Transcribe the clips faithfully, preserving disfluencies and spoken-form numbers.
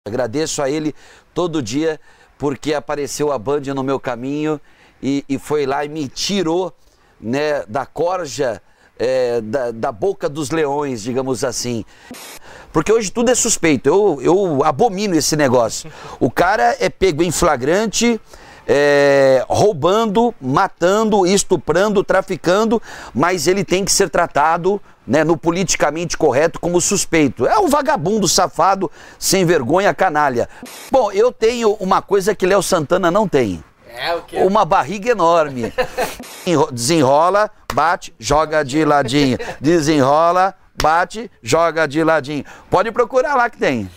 Agradeço a ele todo dia porque apareceu a Band no meu caminho e, e foi lá e me tirou, né, da corja, é, da, da boca dos leões, digamos assim. Porque hoje tudo é suspeito, eu, eu abomino esse negócio. O cara é pego em flagrante, é, roubando, matando, estuprando, traficando, mas ele tem que ser tratado, né, no politicamente correto como suspeito. É um vagabundo, safado, sem vergonha, canalha. Bom, eu tenho uma coisa que Léo Santana não tem. É o quê? Uma barriga enorme. Desenrola, bate, joga de ladinho. Desenrola, bate, joga de ladinho. Pode procurar lá que tem.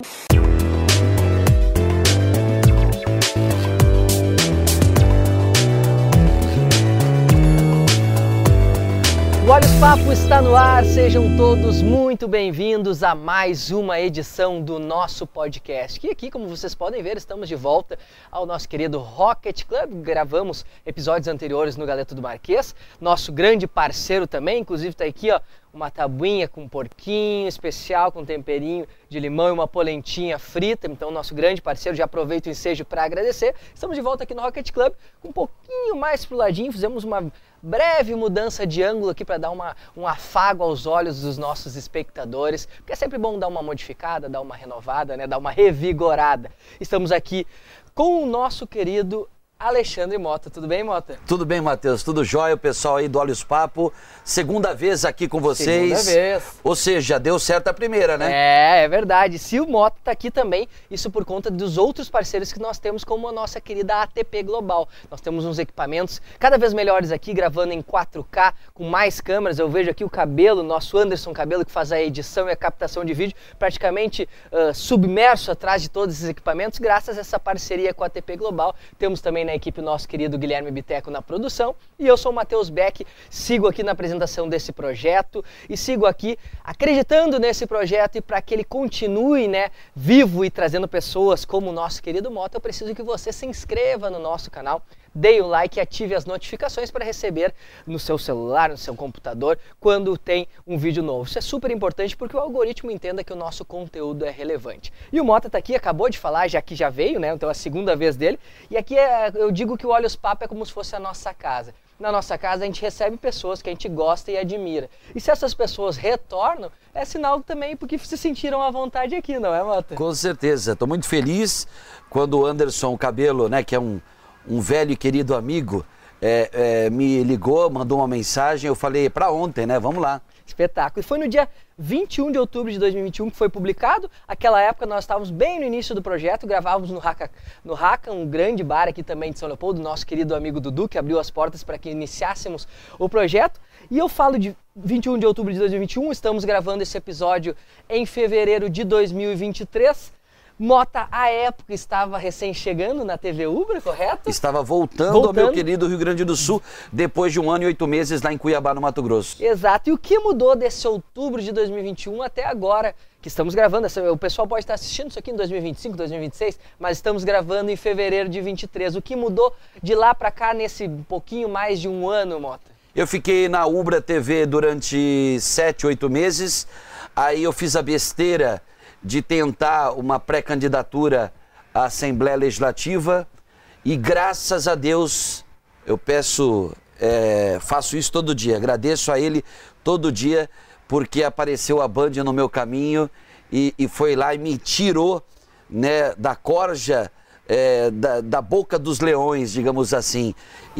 O Olhos Papo está no ar, sejam todos muito bem-vindos a mais uma edição do nosso podcast. E aqui, como vocês podem ver, estamos de volta ao nosso querido Rocket Club. Gravamos episódios anteriores no Galeto do Marquês, nosso grande parceiro também, inclusive está aqui, ó, uma tabuinha com porquinho especial, com temperinho de limão e uma polentinha frita. Então, nosso grande parceiro, já aproveito o ensejo para agradecer. Estamos de volta aqui no Rocket Club, com um pouquinho mais pro ladinho, fizemos uma breve mudança de ângulo aqui para dar uma, um afago aos olhos dos nossos espectadores, porque é sempre bom dar uma modificada, dar uma renovada, né? Dar uma revigorada. Estamos aqui com o nosso querido Alexandre Mota. Tudo bem, Mota? Tudo bem, Matheus. Tudo jóia, o pessoal aí do Olhos Papo. Segunda vez aqui com vocês. Segunda vez. Ou seja, deu certo a primeira, né? É, é verdade. Se o Mota tá aqui também, isso por conta dos outros parceiros que nós temos, como a nossa querida A T P Global. Nós temos uns equipamentos cada vez melhores aqui, gravando em quatro K, com mais câmeras. Eu vejo aqui o Cabelo, nosso Anderson Cabelo, que faz a edição e a captação de vídeo, praticamente uh, submerso atrás de todos esses equipamentos, graças a essa parceria com a A T P Global. Temos também na equipe o nosso querido Guilherme Biteco na produção, e eu sou o Matheus Beck, sigo aqui na apresentação desse projeto e sigo aqui acreditando nesse projeto, e para que ele continue, né, vivo e trazendo pessoas como o nosso querido Mota, eu preciso que você se inscreva no nosso canal, dê o like e ative as notificações para receber no seu celular, no seu computador, quando tem um vídeo novo. Isso é super importante porque o algoritmo entenda que o nosso conteúdo é relevante. E o Mota tá aqui, acabou de falar, já que já veio, né? Então é a segunda vez dele. E aqui é, eu digo que o Olhos Papo é como se fosse a nossa casa. Na nossa casa a gente recebe pessoas que a gente gosta e admira. E se essas pessoas retornam, é sinal também porque se sentiram à vontade aqui, não é, Mota? Com certeza. Estou muito feliz quando o Anderson Cabelo, né, que é um um velho e querido amigo, é, é, me ligou, mandou uma mensagem, eu falei, para ontem, né, vamos lá. Espetáculo. E foi no dia vinte e um de outubro de dois mil e vinte e um que foi publicado. Aquela época nós estávamos bem no início do projeto, gravávamos no Haka, no Haka, um grande bar aqui também de São Leopoldo, nosso querido amigo Dudu, que abriu as portas para que iniciássemos o projeto. E eu falo de vinte e um de outubro de dois mil e vinte e um, estamos gravando esse episódio em fevereiro de dois mil e vinte e três. Mota, à época, estava recém-chegando na T V Ubra, correto? Estava voltando, voltando ao meu querido Rio Grande do Sul, depois de um ano e oito meses lá em Cuiabá, no Mato Grosso. Exato. E o que mudou desse outubro de dois mil e vinte e um até agora, que estamos gravando? O pessoal pode estar assistindo isso aqui em dois mil e vinte e cinco, dois mil e vinte e seis, mas estamos gravando em fevereiro de vinte e três. O que mudou de lá para cá nesse pouquinho mais de um ano, Mota? Eu fiquei na Ubra T V durante sete, oito meses, aí eu fiz a besteira de tentar uma pré-candidatura à Assembleia Legislativa e, graças a Deus, eu peço, é, faço isso todo dia, agradeço a ele todo dia porque apareceu a Band no meu caminho e, e foi lá e me tirou, né, da corja, é, da, da boca dos leões, digamos assim.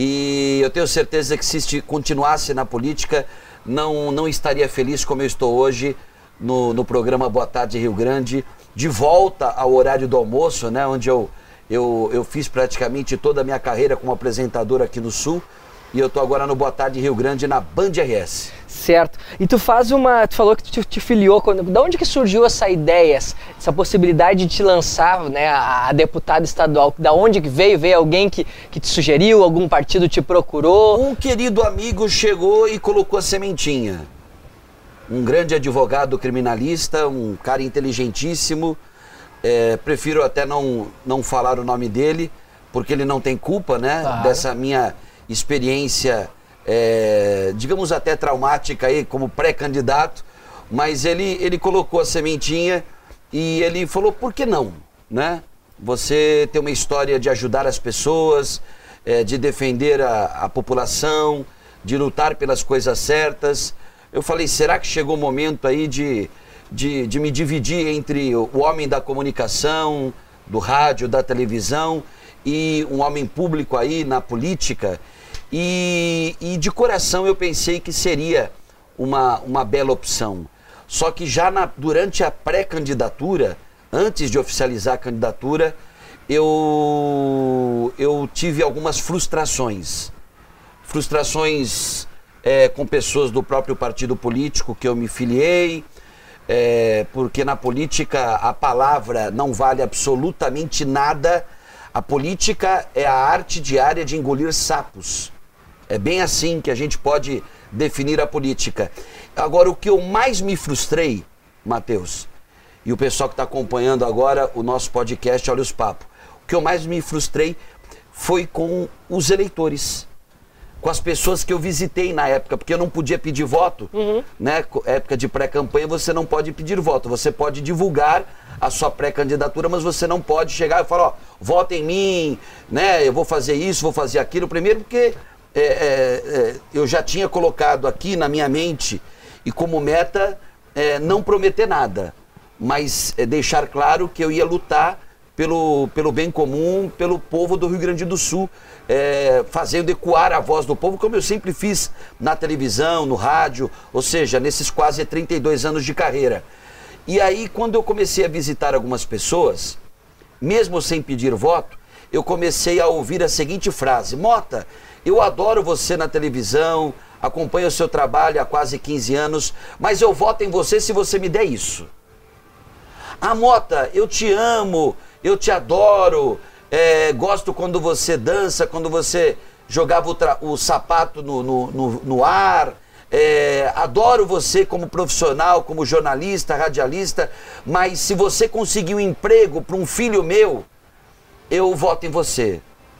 E eu tenho certeza que se continuasse na política, não, não estaria feliz como eu estou hoje, No, no programa Boa Tarde Rio Grande, de volta ao horário do almoço, né, onde eu, eu, eu fiz praticamente toda a minha carreira como apresentador aqui no Sul, e eu tô agora no Boa Tarde Rio Grande na Band R S. Certo. E tu faz uma, tu falou que tu te filiou, quando, da onde que surgiu essa ideia, essa possibilidade de te lançar, né, a, a deputada estadual? Da onde que veio? Veio alguém que, que te sugeriu? Algum partido te procurou? Um querido amigo chegou e colocou a sementinha. Um grande advogado criminalista, um cara inteligentíssimo, é, prefiro até não, não falar o nome dele, porque ele não tem culpa, né, claro, dessa minha experiência, é, digamos até traumática aí, como pré-candidato, mas ele, ele colocou a sementinha e ele falou, por que não? né? Você tem uma história de ajudar as pessoas, é, de defender a, a população, de lutar pelas coisas certas. Eu falei, será que chegou o momento aí de, de, de me dividir entre o homem da comunicação, do rádio, da televisão e um homem público aí na política? E, e de coração eu pensei que seria uma, uma bela opção. Só que já na, durante a pré-candidatura, antes de oficializar a candidatura, eu, eu tive algumas frustrações. Frustrações é, com pessoas do próprio partido político que eu me filiei, é, porque na política a palavra não vale absolutamente nada. A política é a arte diária de engolir sapos. É bem assim que a gente pode definir a política. Agora, o que eu mais me frustrei, Matheus, e o pessoal que está acompanhando agora o nosso podcast Olha os Papos, o que eu mais me frustrei foi com os eleitores, com as pessoas que eu visitei na época, porque eu não podia pedir voto, uhum. né? Época de pré-campanha você não pode pedir voto, você pode divulgar a sua pré-candidatura, mas você não pode chegar e falar, ó, vota em mim, né? Eu vou fazer isso, vou fazer aquilo. Primeiro porque é, é, é, eu já tinha colocado aqui na minha mente e como meta é, não prometer nada, mas é, deixar claro que eu ia lutar pelo, pelo bem comum, pelo povo do Rio Grande do Sul, é, fazendo ecoar a voz do povo, como eu sempre fiz na televisão, no rádio, ou seja, nesses quase trinta e dois anos de carreira. E aí, quando eu comecei a visitar algumas pessoas, mesmo sem pedir voto, eu comecei a ouvir a seguinte frase: Mota, eu adoro você na televisão, acompanho o seu trabalho há quase quinze anos, mas eu voto em você se você me der isso. Ah, Mota, eu te amo, eu te adoro, é, gosto quando você dança, quando você jogava o, tra- o sapato no, no, no, no ar, é, adoro você como profissional, como jornalista, radialista, mas se você conseguir um emprego para um filho meu, eu voto em você.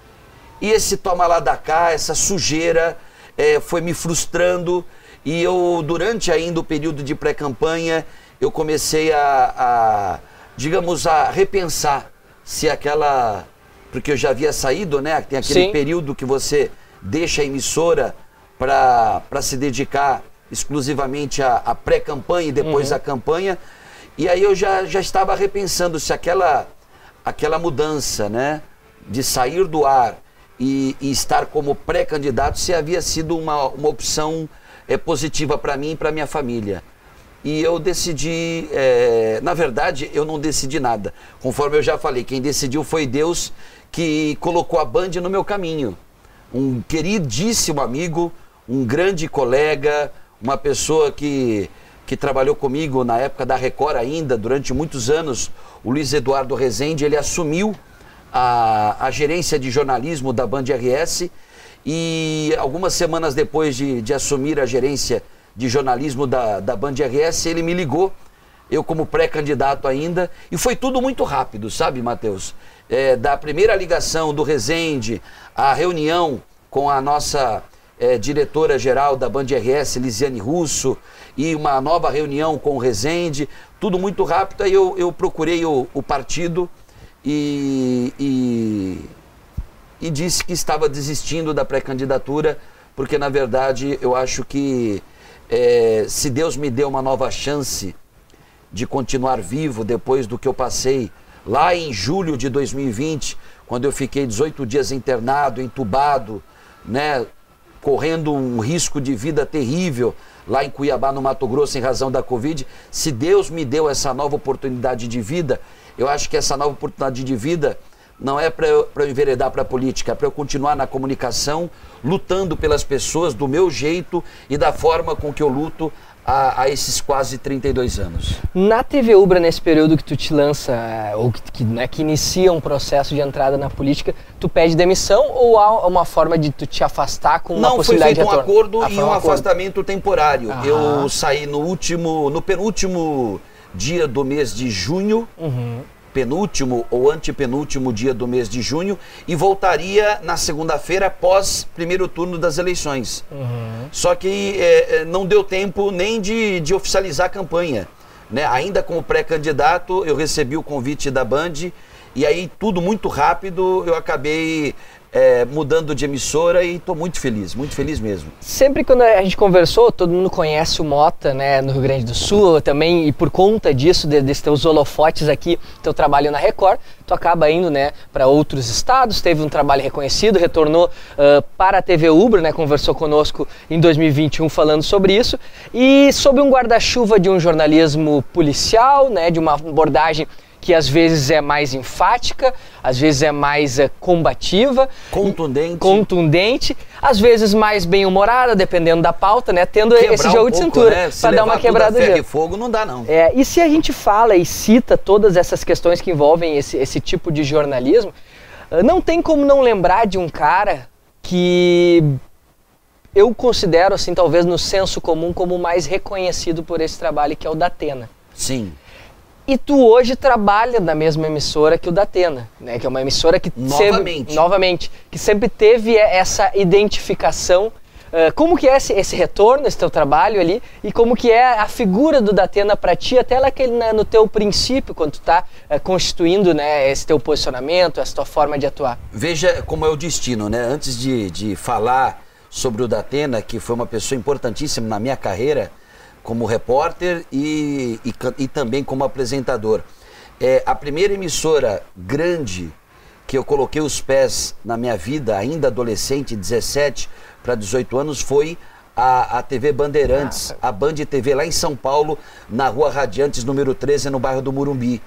E esse toma lá da cá, essa sujeira, é, foi me frustrando, e eu, durante ainda o período de pré-campanha, eu comecei a, a, digamos, a repensar se aquela... Porque eu já havia saído, né? Tem aquele Sim. período que você deixa a emissora para se dedicar exclusivamente à, à pré-campanha e depois uhum. à campanha. E aí eu já, já estava repensando se aquela, aquela mudança, né? De sair do ar e, e estar como pré-candidato, se havia sido uma, uma opção é, positiva para mim e para minha família. E eu decidi, é, na verdade, eu não decidi nada. Conforme eu já falei, quem decidiu foi Deus, que colocou a Band no meu caminho. Um queridíssimo amigo, um grande colega, uma pessoa que, que trabalhou comigo na época da Record ainda, durante muitos anos, o Luiz Eduardo Rezende, ele assumiu a, a gerência de jornalismo da Band R S, e algumas semanas depois de, de assumir a gerência de jornalismo da, da Band R S, ele me ligou, eu como pré-candidato ainda, e foi tudo muito rápido, sabe, Matheus? É, da primeira ligação do Rezende, a reunião com a nossa é, diretora-geral da Band R S, Lisiane Russo, e uma nova reunião com o Rezende, tudo muito rápido. Aí eu, eu procurei o, o partido e, e, e disse que estava desistindo da pré-candidatura, porque na verdade eu acho que É, se Deus me deu uma nova chance de continuar vivo depois do que eu passei lá em julho de dois mil e vinte, quando eu fiquei dezoito dias internado, entubado, né, correndo um risco de vida terrível lá em Cuiabá, no Mato Grosso, em razão da Covid. Se Deus me deu essa nova oportunidade de vida, eu acho que essa nova oportunidade de vida não é para eu, para eu enveredar para a política, é para eu continuar na comunicação, lutando pelas pessoas do meu jeito e da forma com que eu luto há, há esses quase trinta e dois anos. Na T V Ubra, nesse período que tu te lança, ou que, que, né, que inicia um processo de entrada na política, tu pede demissão ou há uma forma de tu te afastar com uma não, possibilidade de retorno? Não, foi feito um acordo ah, e um, um acordo. afastamento temporário. Ah. Eu saí no último, no penúltimo dia do mês de junho, uhum. penúltimo ou antepenúltimo dia do mês de junho, e voltaria na segunda-feira após primeiro turno das eleições. Uhum. Só que é, não deu tempo nem de, de oficializar a campanha, né? Ainda como pré-candidato, eu recebi o convite da Band E aí, tudo muito rápido, eu acabei é, mudando de emissora e estou muito feliz, muito feliz mesmo. Sempre quando a gente conversou, todo mundo conhece o Mota, né, no Rio Grande do Sul também, e por conta disso, de, desses teus holofotes aqui, teu trabalho na Record, tu acaba indo, né, para outros estados, teve um trabalho reconhecido, retornou uh, para a T V Ubra, né, conversou conosco em dois mil e vinte e um falando sobre isso, e sob um guarda-chuva de um jornalismo policial, né, de uma abordagem que às vezes é mais enfática, às vezes é mais é, combativa, contundente. contundente, às vezes mais bem-humorada, dependendo da pauta, né? Tendo Quebrar esse jogo um de pouco, cintura, né? Para dar uma quebrada de ferro e fogo não dá não. É, e se a gente fala e cita todas essas questões que envolvem esse, esse tipo de jornalismo, não tem como não lembrar de um cara que eu considero, assim, talvez no senso comum, como o mais reconhecido por esse trabalho, que é o Datena. Sim. E tu hoje trabalha na mesma emissora que o Datena, né? Que é uma emissora que novamente, sempre, novamente que sempre teve essa identificação. Uh, como que é esse, esse retorno, esse teu trabalho ali, e como que é a figura do Datena para ti, até lá que, né, no teu princípio, quando tu tá uh, constituindo, né, esse teu posicionamento, essa tua forma de atuar? Veja como é o destino, né? Antes de, de falar sobre o Datena, que foi uma pessoa importantíssima na minha carreira, como repórter e, e, e também como apresentador. É, a primeira emissora grande que eu coloquei os pés na minha vida, ainda adolescente, dezessete para dezoito anos, foi a, a T V Bandeirantes, ah, a Band T V lá em São Paulo, na Rua Radiantes, número treze, no bairro do Morumbi.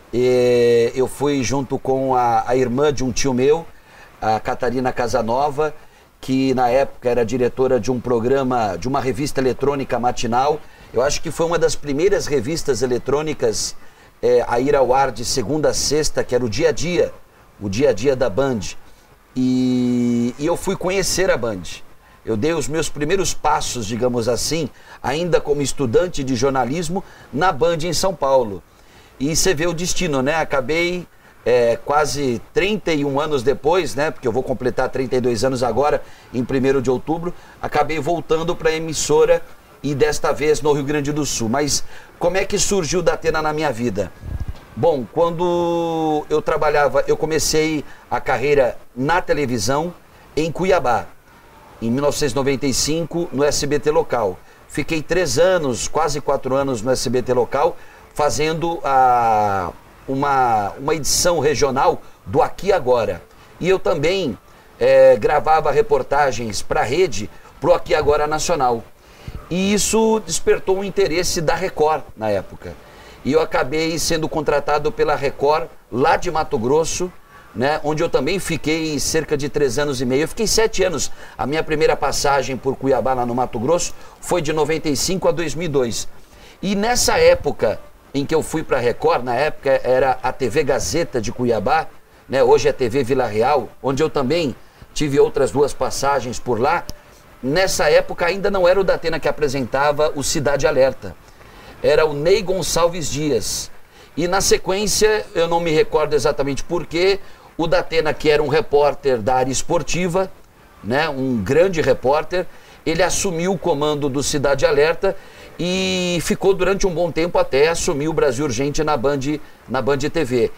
E eu fui junto com a, a irmã de um tio meu, a Catarina Casanova, que na época era diretora de um programa, de uma revista eletrônica matinal. Eu acho que foi uma das primeiras revistas eletrônicas é, a ir ao ar de segunda a sexta, que era o Dia a Dia, o Dia a Dia da Band. E, e eu fui conhecer a Band. Eu dei os meus primeiros passos, digamos assim, ainda como estudante de jornalismo, na Band em São Paulo. E você vê o destino, né? Acabei... É, quase trinta e um anos depois, né, porque eu vou completar trinta e dois anos agora, em primeiro de outubro, acabei voltando para a emissora e desta vez no Rio Grande do Sul. Mas como é que surgiu o Datena na minha vida? Bom, quando eu trabalhava, eu comecei a carreira na televisão em Cuiabá, em mil novecentos e noventa e cinco, no S B T local. Fiquei três anos, quase quatro anos no S B T local, fazendo a... Uma, uma edição regional do Aqui e Agora. E eu também é, gravava reportagens para a rede, para o Aqui e Agora Nacional. E isso despertou o interesse da Record na época. E eu acabei sendo contratado pela Record lá de Mato Grosso, né, onde eu também fiquei cerca de três anos e meio. Eu fiquei sete anos. A minha primeira passagem por Cuiabá, lá no Mato Grosso, foi de noventa e cinco a dois mil e dois. E nessa época em que eu fui para a Record, na época era a T V Gazeta de Cuiabá, né? Hoje é a T V Vila Real, onde eu também tive outras duas passagens por lá. Nessa época ainda não era o Datena que apresentava o Cidade Alerta, era o Ney Gonçalves Dias. E na sequência, eu não me recordo exatamente porquê, o Datena, que era um repórter da área esportiva, né? Um grande repórter, ele assumiu o comando do Cidade Alerta e ficou durante um bom tempo até assumir o Brasil Urgente na Band, na Band T V.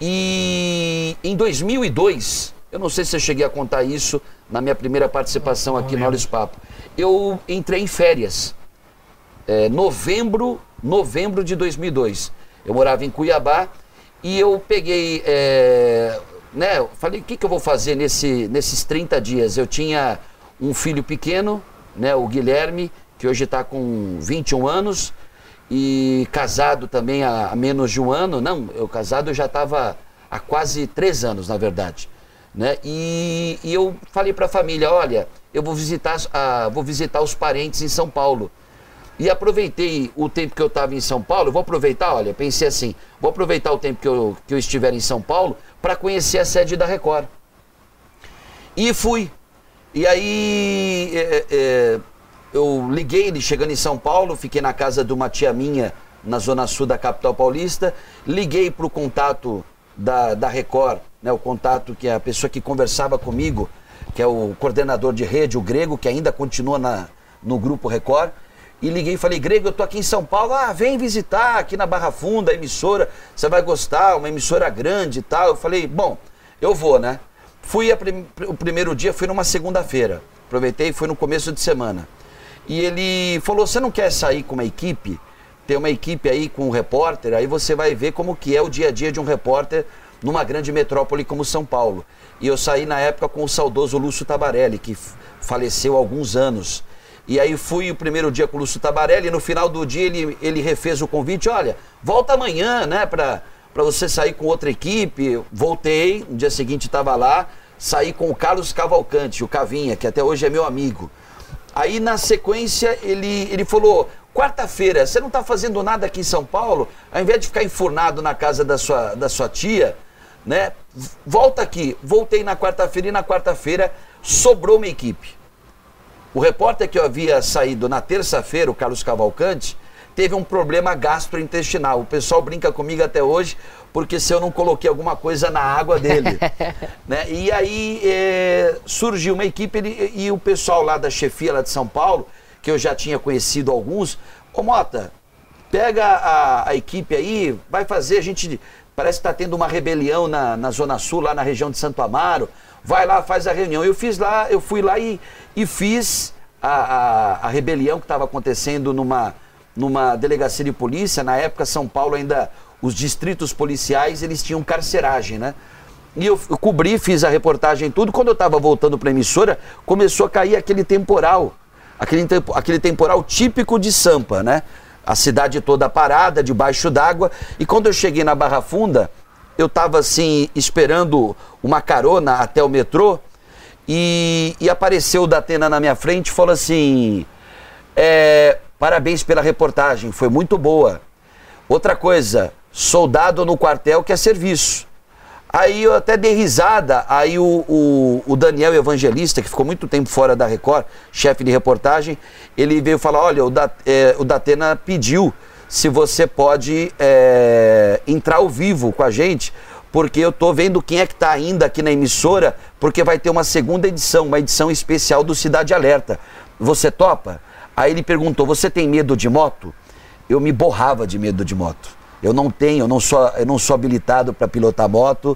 E em dois mil e dois, eu não sei se eu cheguei a contar isso na minha primeira participação aqui no Olhos Papo, eu entrei em férias, é, novembro, novembro de dois mil e dois. Eu morava em Cuiabá e eu peguei, é, né, eu falei, o que, que eu vou fazer nesse, nesses trinta dias? Eu tinha um filho pequeno, né, o Guilherme, que hoje está com vinte e um anos, e casado também há, há menos de um ano. Não, eu casado eu já estava há quase três anos, na verdade. Né? E, e eu falei para a família, olha, eu vou visitar, uh, vou visitar os parentes em São Paulo. E aproveitei o tempo que eu estava em São Paulo, eu vou aproveitar, olha, pensei assim, vou aproveitar o tempo que eu, que eu estiver em São Paulo para conhecer a sede da Record. E fui. E aí... É, é, eu liguei, chegando em São Paulo, fiquei na casa de uma tia minha, na zona sul da capital paulista, liguei para o contato da, da Record, né, o contato que é a pessoa que conversava comigo, que é o coordenador de rede, o Grego, que ainda continua na, no Grupo Record, e liguei e falei, Grego, eu tô aqui em São Paulo, ah, vem visitar aqui na Barra Funda, a emissora, você vai gostar, uma emissora grande e tal. Eu falei, bom, eu vou, né? Fui, a prim... o primeiro dia fui numa segunda-feira, aproveitei e fui no começo de semana. E ele falou, você não quer sair com uma equipe? Tem uma equipe aí com um repórter, aí você vai ver como que é o dia a dia de um repórter numa grande metrópole como São Paulo. E eu saí na época com o saudoso Lúcio Tabarelli, que faleceu há alguns anos. E aí fui o primeiro dia com o Lúcio Tabarelli, e no final do dia ele, ele refez o convite, olha, volta amanhã, né, pra, pra você sair com outra equipe. Voltei, no dia seguinte estava lá, saí com o Carlos Cavalcante, o Cavinha, que até hoje é meu amigo. Aí na sequência ele, ele falou, quarta-feira, você não está fazendo nada aqui em São Paulo? Ao invés de ficar enfurnado na casa da sua, da sua tia, né, volta aqui. Voltei na quarta-feira e na quarta-feira sobrou uma equipe. O repórter que eu havia saído na terça-feira, o Carlos Cavalcante, teve um problema gastrointestinal. O pessoal brinca comigo até hoje, porque se eu não coloquei alguma coisa na água dele. Né? E aí é, surgiu uma equipe ele, e o pessoal lá da chefia lá de São Paulo, que eu já tinha conhecido alguns, ô Mota, pega a, a equipe aí, vai fazer, a gente parece que está tendo uma rebelião na, na Zona Sul, lá na região de Santo Amaro, vai lá, faz a reunião. Eu fiz lá, eu fui lá e, e fiz a, a, a rebelião que estava acontecendo numa, numa delegacia de polícia. Na época, São Paulo ainda, os distritos policiais, eles tinham carceragem, né? E eu, eu cobri, fiz a reportagem tudo. Quando eu estava voltando para a emissora, começou a cair aquele temporal, aquele, aquele temporal típico de Sampa, né? A cidade toda parada, debaixo d'água. E quando eu cheguei na Barra Funda, eu estava assim, esperando uma carona até o metrô, e, e apareceu o Datena na minha frente e falou assim, é, parabéns pela reportagem, foi muito boa. Outra coisa, soldado no quartel quer serviço. Aí eu até dei risada, aí o, o, o Daniel Evangelista, que ficou muito tempo fora da Record, chefe de reportagem, ele veio falar, olha, o, da, é, o Datena pediu se você pode é, entrar ao vivo com a gente, porque eu tô vendo quem é que tá ainda aqui na emissora, porque vai ter uma segunda edição, uma edição especial do Cidade Alerta. Você topa? Aí ele perguntou, você tem medo de moto? Eu me borrava de medo de moto. Eu não tenho, eu não sou, eu não sou habilitado para pilotar moto.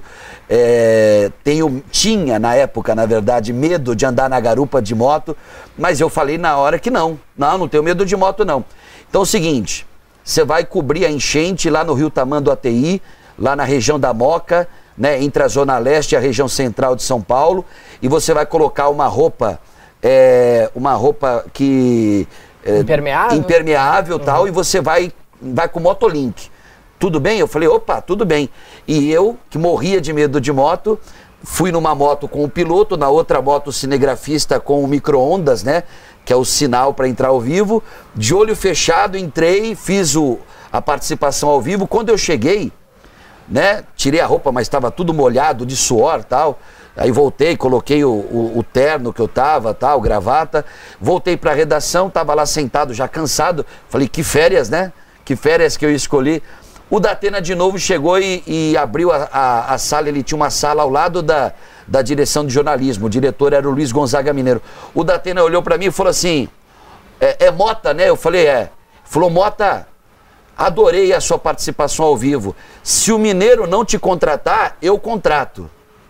É, tenho, tinha na época, na verdade, medo de andar na garupa de moto, mas eu falei na hora que não. Não, não tenho medo de moto, não. Então é o seguinte, você vai cobrir a enchente lá no Rio Tamanduá T I, lá na região da Moca, né, entre a Zona Leste e a região central de São Paulo, e você vai colocar uma roupa, é, uma roupa que... É, impermeável? Impermeável, uhum. Tal, e você vai, vai com motolink. Tudo bem? Eu falei, opa, tudo bem. E eu, que morria de medo de moto, fui numa moto com o piloto, na outra moto o cinegrafista com o micro-ondas, né? Que é o sinal para entrar ao vivo. De olho fechado, entrei, fiz o, a participação ao vivo. Quando eu cheguei, né? Tirei a roupa, mas estava tudo molhado de suor e tal. Aí voltei, coloquei o, o, o terno que eu tava, tal, gravata. Voltei para a redação, tava lá sentado, já cansado. Falei, que férias, né? Que férias que eu escolhi. O Datena de novo chegou e, e abriu a, a, a sala, ele tinha uma sala ao lado da, da direção de jornalismo, o diretor era o Luiz Gonzaga Mineiro. O Datena olhou para mim e falou assim, é, é Mota, né? Eu falei, é. Falou, Mota, adorei a sua participação ao vivo. Se o Mineiro não te contratar, eu contrato.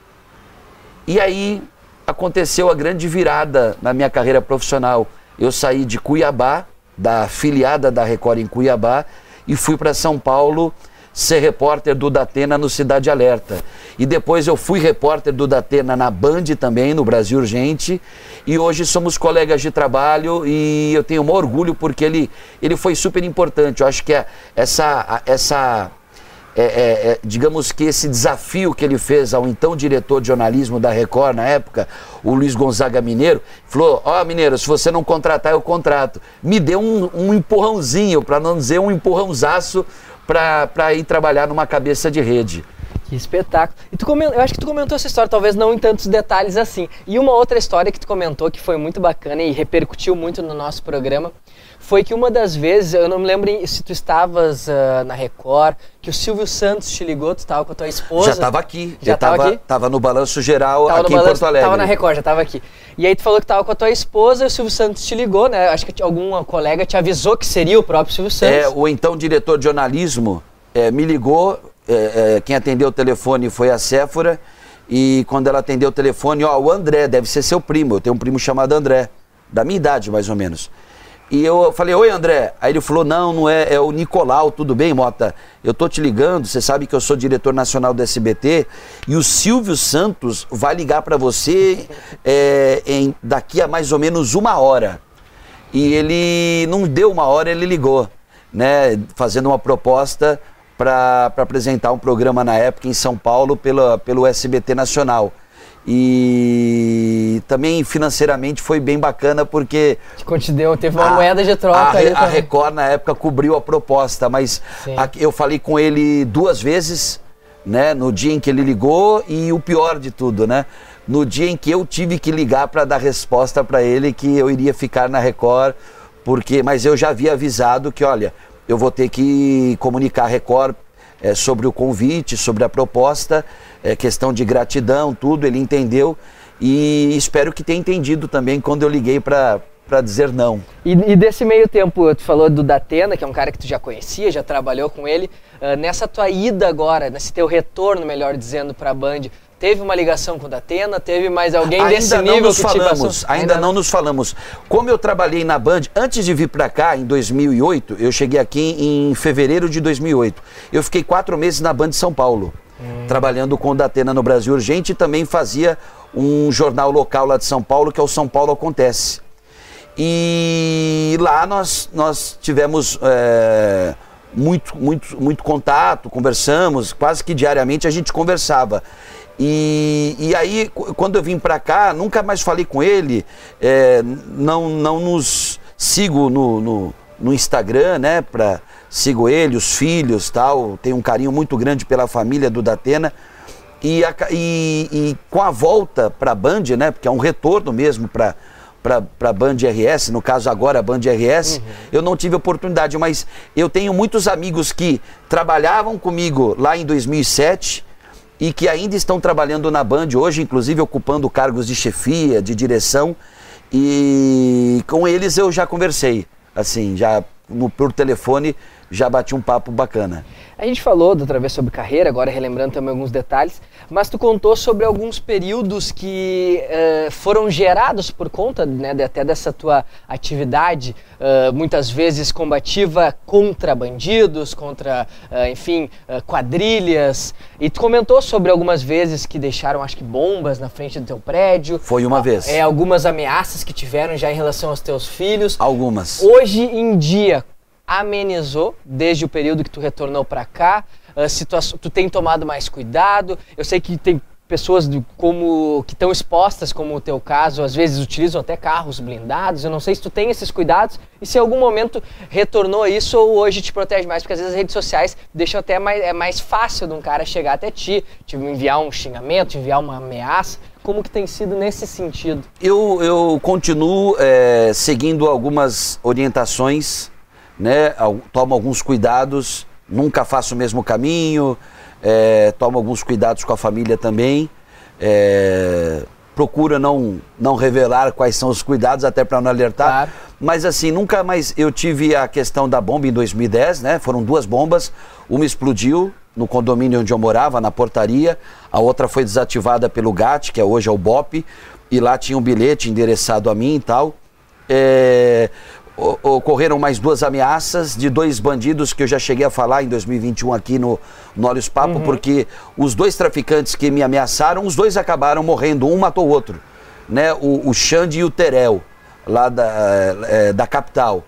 E aí aconteceu a grande virada na minha carreira profissional. Eu saí de Cuiabá, da afiliada da Record em Cuiabá, e fui para São Paulo ser repórter do Datena no Cidade Alerta. E depois eu fui repórter do Datena na Band também, no Brasil Urgente, e hoje somos colegas de trabalho e eu tenho um orgulho porque ele, ele foi super importante. Eu acho que é essa... essa É, é, é, digamos que esse desafio que ele fez ao então diretor de jornalismo da Record na época, o Luiz Gonzaga Mineiro, falou, ó, oh, Mineiro, se você não contratar, eu contrato. Me deu um, um empurrãozinho, para não dizer um empurrãozaço, para ir trabalhar numa cabeça de rede. Que espetáculo. E tu comentou, eu acho que tu comentou essa história, talvez não em tantos detalhes assim. E uma outra história que tu comentou que foi muito bacana e repercutiu muito no nosso programa foi que uma das vezes, eu não me lembro se tu estavas uh, na Record, que o Silvio Santos te ligou, tu estava com a tua esposa. Já estava aqui. Já estava aqui? Estava no Balanço Geral tava aqui no em balanço, Porto Alegre. Estava na Record, já estava aqui. E aí tu falou que estava com a tua esposa e o Silvio Santos te ligou, né? Acho que algum colega te avisou que seria o próprio Silvio Santos. É, o então diretor de jornalismo é, me ligou, é, é, quem atendeu o telefone foi a Séfora, e quando ela atendeu o telefone, ó, o André, deve ser seu primo, eu tenho um primo chamado André, da minha idade mais ou menos. E eu falei, oi André, aí ele falou, não, não é, é o Nicolau, tudo bem, Mota? Eu tô te ligando, você sabe que eu sou diretor nacional do S B T e o Silvio Santos vai ligar para você é, em, daqui a mais ou menos uma hora. E ele não deu uma hora, ele ligou, né, fazendo uma proposta para apresentar um programa na época em São Paulo pela, pelo S B T Nacional. E também financeiramente foi bem bacana porque... Te deu, teve uma a, moeda de troca a, aí. A Record na época cobriu a proposta, mas a, eu falei com ele duas vezes, né, no dia em que ele ligou e o pior de tudo, né, no dia em que eu tive que ligar para dar resposta para ele que eu iria ficar na Record, porque, mas eu já havia avisado que, olha, eu vou ter que comunicar a Record é, sobre o convite, sobre a proposta, é, questão de gratidão, tudo, ele entendeu e espero que tenha entendido também quando eu liguei para para dizer não. E, e desse meio tempo, tu falou do Datena, que é um cara que tu já conhecia, já trabalhou com ele, uh, nessa tua ida agora, nesse teu retorno, melhor dizendo, para a Band, teve uma ligação com o Datena? Teve mais alguém ainda desse não nível nos que falamos, te passou? Ainda, ainda não nos falamos. Como eu trabalhei na Band, antes de vir para cá, em dois mil e oito, eu cheguei aqui em fevereiro de dois mil e oito. Eu fiquei quatro meses na Band de São Paulo, hum. trabalhando com o Datena no Brasil Urgente e também fazia um jornal local lá de São Paulo, que é o São Paulo Acontece. E lá nós, nós tivemos é, muito, muito, muito contato, conversamos, quase que diariamente a gente conversava. E, e aí, quando eu vim para cá, nunca mais falei com ele, é, não, não nos sigo no, no, no Instagram, né, pra, sigo ele, os filhos, tal, tenho um carinho muito grande pela família do Datena. E, a, e, e com a volta para a Band, né, porque é um retorno mesmo para para a Band R S, no caso agora a Band R S, uhum. eu não tive oportunidade, mas eu tenho muitos amigos que trabalhavam comigo lá em dois mil e sete e que ainda estão trabalhando na Band hoje, inclusive ocupando cargos de chefia, de direção, e com eles eu já conversei, assim, já no, por telefone já bati um papo bacana. A gente falou da outra vez sobre carreira, agora relembrando também alguns detalhes, mas tu contou sobre alguns períodos que uh, foram gerados por conta, né, de, até dessa tua atividade, uh, muitas vezes combativa contra bandidos, contra, uh, enfim, uh, quadrilhas, e tu comentou sobre algumas vezes que deixaram, acho que, bombas na frente do teu prédio. Foi uma uh, vez. É, algumas ameaças que tiveram já em relação aos teus filhos. Algumas. Hoje em dia, amenizou desde o período que tu retornou para cá? Uh, se tu, tu tem tomado mais cuidado? Eu sei que tem pessoas do, como, que estão expostas, como o teu caso, às vezes utilizam até carros blindados. Eu não sei se tu tem esses cuidados e se em algum momento retornou isso ou hoje te protege mais, porque às vezes as redes sociais deixam até mais, é mais fácil de um cara chegar até ti, te enviar um xingamento, te enviar uma ameaça. Como que tem sido nesse sentido? Eu, eu continuo é, seguindo algumas orientações, né, tomo alguns cuidados, nunca faço o mesmo caminho, é, tomo alguns cuidados com a família também, é, procuro não, não revelar quais são os cuidados, até para não alertar, claro. Mas assim, nunca mais, eu tive a questão da bomba em dois mil e dez, né, foram duas bombas, uma explodiu no condomínio onde eu morava, na portaria, a outra foi desativada pelo G A T, que é hoje é o B O P, e lá tinha um bilhete endereçado a mim e tal, é... Ocorreram mais duas ameaças de dois bandidos que eu já cheguei a falar em dois mil e vinte e um aqui no, no Olhos Papo, uhum. porque os dois traficantes que me ameaçaram, os dois acabaram morrendo, um matou o outro, né? O, o Xande e o Terel, lá da, é, da capital.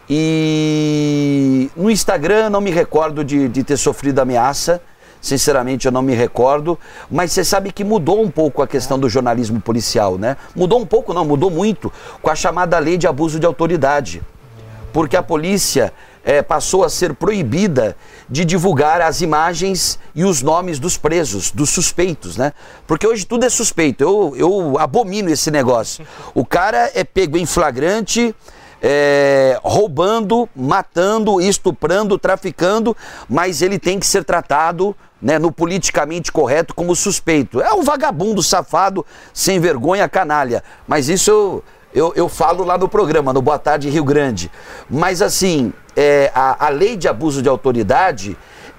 E no Instagram não me recordo de, de ter sofrido ameaça, sinceramente eu não me recordo, mas você sabe que mudou um pouco a questão do jornalismo policial, né? Mudou um pouco, não, mudou muito com a chamada lei de abuso de autoridade. Porque a polícia, é, passou a ser proibida de divulgar as imagens e os nomes dos presos, dos suspeitos, né? Porque hoje tudo é suspeito, eu, eu abomino esse negócio. O cara é pego em flagrante, é, roubando, matando, estuprando, traficando, mas ele tem que ser tratado, né, no politicamente correto como suspeito. É um vagabundo, safado, sem vergonha, canalha. Mas isso eu, eu, eu falo lá no programa, no Boa Tarde Rio Grande. Mas assim, é, a, a lei de abuso de autoridade,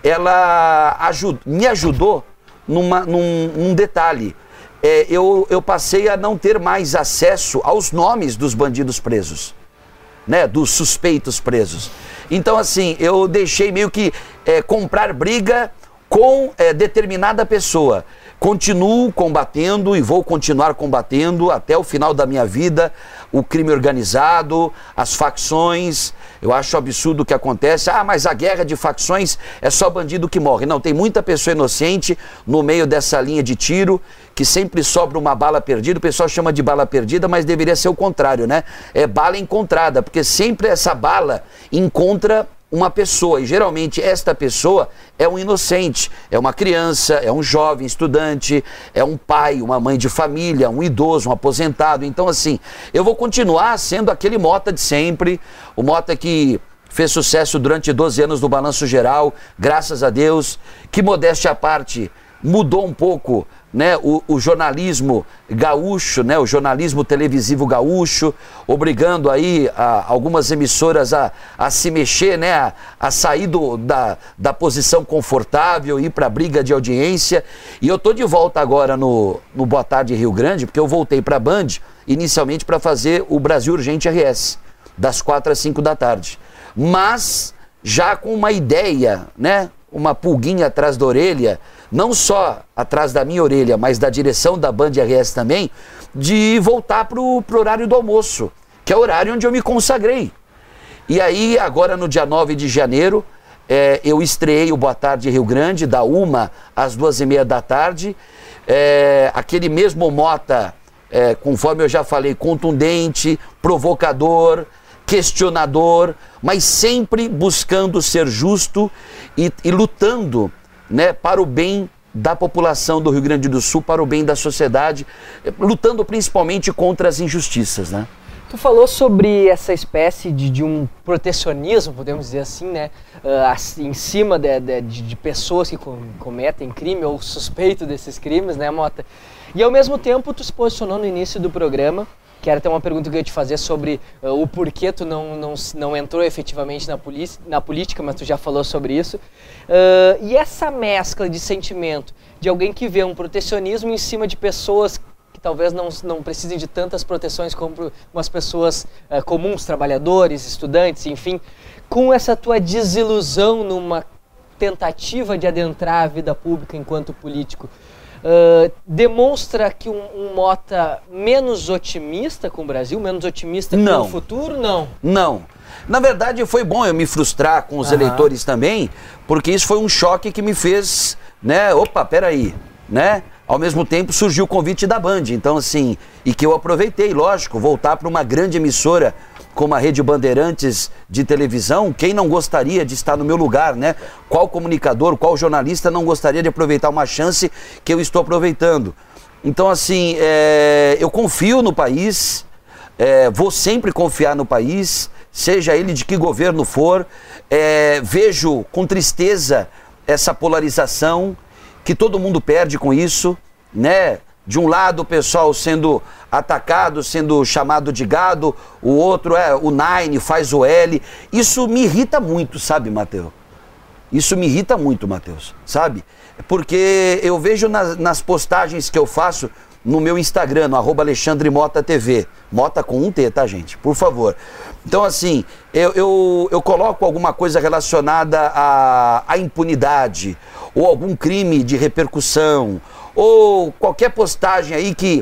ela ajud, me ajudou numa, num, num detalhe. É, eu, eu passei a não ter mais acesso aos nomes dos bandidos presos, né, dos suspeitos presos. Então assim, eu deixei meio que é, comprar briga com é, determinada pessoa. Continuo combatendo e vou continuar combatendo até o final da minha vida o crime organizado, as facções. Eu acho absurdo o que acontece. Ah, mas a guerra de facções é só bandido que morre. Não, tem muita pessoa inocente no meio dessa linha de tiro, que sempre sobra uma bala perdida. O pessoal chama de bala perdida, mas deveria ser o contrário, né? É bala encontrada, porque sempre essa bala encontra uma pessoa, e geralmente esta pessoa é um inocente, é uma criança, é um jovem estudante, é um pai, uma mãe de família, um idoso, um aposentado. Então assim, eu vou continuar sendo aquele Mota de sempre, o Mota que fez sucesso durante doze anos no Balanço Geral, graças a Deus, que modéstia à parte, mudou um pouco, né, o, o jornalismo gaúcho, né, o jornalismo televisivo gaúcho, obrigando aí a, algumas emissoras a, a se mexer, né, a, a sair do, da, da posição confortável, ir para a briga de audiência. E eu estou de volta agora no, no Boa Tarde Rio Grande, porque eu voltei para a Band, inicialmente para fazer o Brasil Urgente R S, das quatro às cinco da tarde. Mas já com uma ideia, né, uma pulguinha atrás da orelha, não só atrás da minha orelha, mas da direção da Band R S também, de voltar para o horário do almoço, que é o horário onde eu me consagrei. E aí, agora no dia nove de janeiro, é, eu estreiei o Boa Tarde Rio Grande, da uma às duas e meia da tarde. É, aquele mesmo Mota, é, conforme eu já falei, contundente, provocador, questionador, mas sempre buscando ser justo e, e lutando, né, para o bem da população do Rio Grande do Sul, para o bem da sociedade, lutando principalmente contra as injustiças, né? Tu falou sobre essa espécie de, de um protecionismo, podemos dizer assim, né, uh, assim, em cima de, de, de pessoas que com, cometem crime ou suspeito desses crimes, né, Mota? E ao mesmo tempo tu se posicionou no início do programa, que era até uma pergunta que eu ia te fazer sobre uh, o porquê tu não, não, não entrou efetivamente na, na política, mas tu já falou sobre isso. Uh, e essa mescla de sentimento de alguém que vê um protecionismo em cima de pessoas que talvez não, não precisem de tantas proteções como as pessoas uh, comuns, trabalhadores, estudantes, enfim, com essa tua desilusão numa tentativa de adentrar a vida pública enquanto político, Uh, demonstra que um, um Mota menos otimista com o Brasil, menos otimista não. com o futuro? Não. Não. Na verdade, foi bom eu me frustrar com os uhum. eleitores também, porque isso foi um choque que me fez, né? Opa, peraí, né? Ao mesmo tempo surgiu o convite da Band, então assim, e que eu aproveitei, lógico, voltar para uma grande emissora como a Rede Bandeirantes de televisão. Quem não gostaria de estar no meu lugar, né? Qual comunicador, qual jornalista não gostaria de aproveitar uma chance que eu estou aproveitando? Então assim, é, eu confio no país, é, vou sempre confiar no país, seja ele de que governo for. É, vejo com tristeza essa polarização, que todo mundo perde com isso, né? De um lado o pessoal sendo atacado, sendo chamado de gado, o outro é o Nine, faz o L. Isso me irrita muito, sabe, Matheus? Isso me irrita muito, Matheus, sabe? Porque eu vejo nas, nas postagens que eu faço no meu Instagram, no arroba Alexandre Mota T V. Mota com um T, tá, gente? Por favor. Então, assim, eu, eu, eu coloco alguma coisa relacionada à, à impunidade, ou algum crime de repercussão, ou qualquer postagem aí que,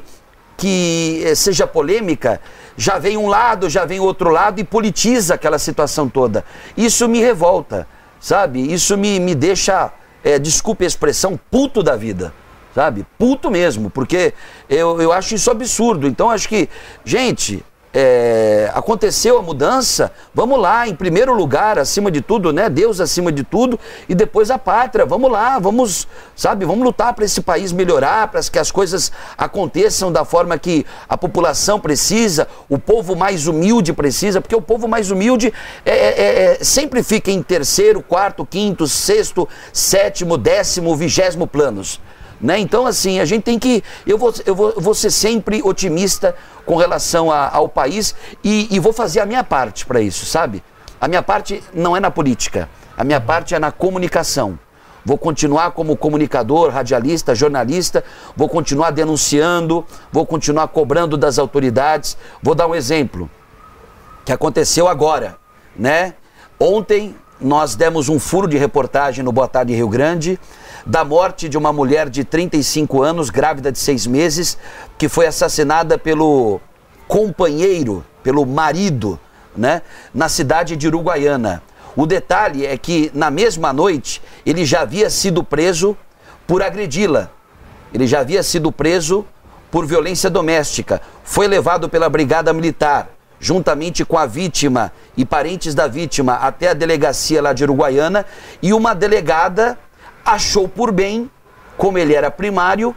que seja polêmica, já vem um lado, já vem outro lado e politiza aquela situação toda. Isso me revolta, sabe? Isso me, me deixa, é, desculpe a expressão, puto da vida, sabe? Puto mesmo, porque eu, eu acho isso absurdo. Então acho que, gente, é, aconteceu a mudança, vamos lá, em primeiro lugar, acima de tudo, né? Deus acima de tudo, e depois a pátria, vamos lá, vamos, sabe, vamos lutar para esse país melhorar, para que as coisas aconteçam da forma que a população precisa, o povo mais humilde precisa, porque o povo mais humilde é, é, é, sempre fica em terceiro, quarto, quinto, sexto, sétimo, décimo, vigésimo planos. Né? Então, assim, a gente tem que... Eu vou, eu vou, eu vou ser sempre otimista com relação a, ao país e, e vou fazer a minha parte para isso, sabe? A minha parte não é na política, a minha parte é na comunicação. Vou continuar como comunicador, radialista, jornalista, vou continuar denunciando, vou continuar cobrando das autoridades. Vou dar um exemplo que aconteceu agora, né? Ontem nós demos um furo de reportagem no Boa Tarde Rio Grande da morte de uma mulher de trinta e cinco anos, grávida de seis meses, que foi assassinada pelo companheiro, pelo marido, né, na cidade de Uruguaiana. O detalhe é que na mesma noite ele já havia sido preso por agredi-la. Ele já havia sido preso por violência doméstica. Foi levado pela Brigada Militar, juntamente com a vítima e parentes da vítima, até a delegacia lá de Uruguaiana, e uma delegada achou por bem, como ele era primário,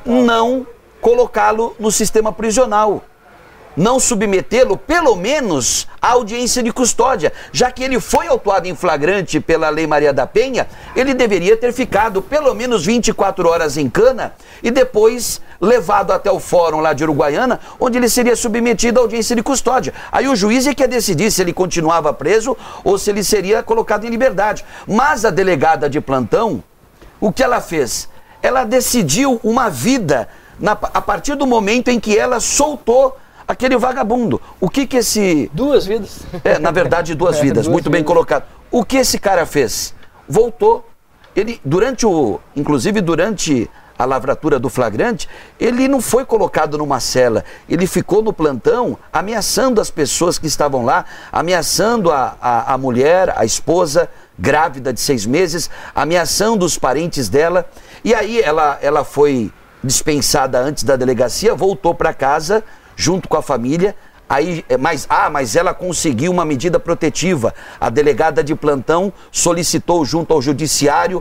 não colocá-lo no sistema prisional, não submetê-lo, pelo menos, à audiência de custódia. Já que ele foi autuado em flagrante pela Lei Maria da Penha, ele deveria ter ficado pelo menos vinte e quatro horas em cana e depois levado até o fórum lá de Uruguaiana, onde ele seria submetido à audiência de custódia. Aí o juiz é que ia decidir se ele continuava preso ou se ele seria colocado em liberdade. Mas a delegada de plantão, o que ela fez? Ela decidiu uma vida na, a partir do momento em que ela soltou aquele vagabundo. O que que esse... Duas vidas. É, na verdade, duas é, vidas, duas muito vidas. Bem colocado. O que esse cara fez? Voltou. Ele, durante o... Inclusive, durante a lavratura do flagrante, ele não foi colocado numa cela. Ele ficou no plantão ameaçando as pessoas que estavam lá, ameaçando a, a, a mulher, a esposa, grávida de seis meses, ameaçando os parentes dela. E aí ela, ela foi dispensada antes da delegacia, voltou para casa junto com a família. Aí, mas, ah, mas ela conseguiu uma medida protetiva. A delegada de plantão solicitou junto ao judiciário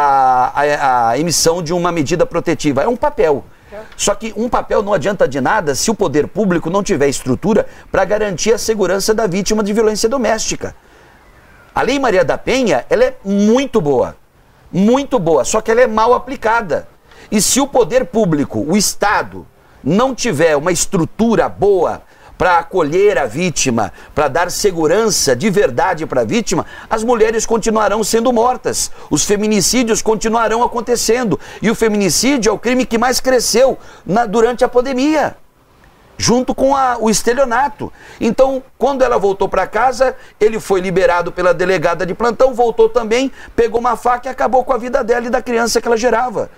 a, a, a emissão de uma medida protetiva. É um papel. Só que um papel não adianta de nada se o poder público não tiver estrutura para garantir a segurança da vítima de violência doméstica. A Lei Maria da Penha, ela é muito boa, muito boa, só que ela é mal aplicada. E se o poder público, o Estado, não tiver uma estrutura boa para acolher a vítima, para dar segurança de verdade para a vítima, as mulheres continuarão sendo mortas, os feminicídios continuarão acontecendo. E o feminicídio é o crime que mais cresceu na, durante a pandemia, junto com a, o estelionato. Então, quando ela voltou para casa, ele foi liberado pela delegada de plantão, voltou também, pegou uma faca e acabou com a vida dela e da criança que ela gerava.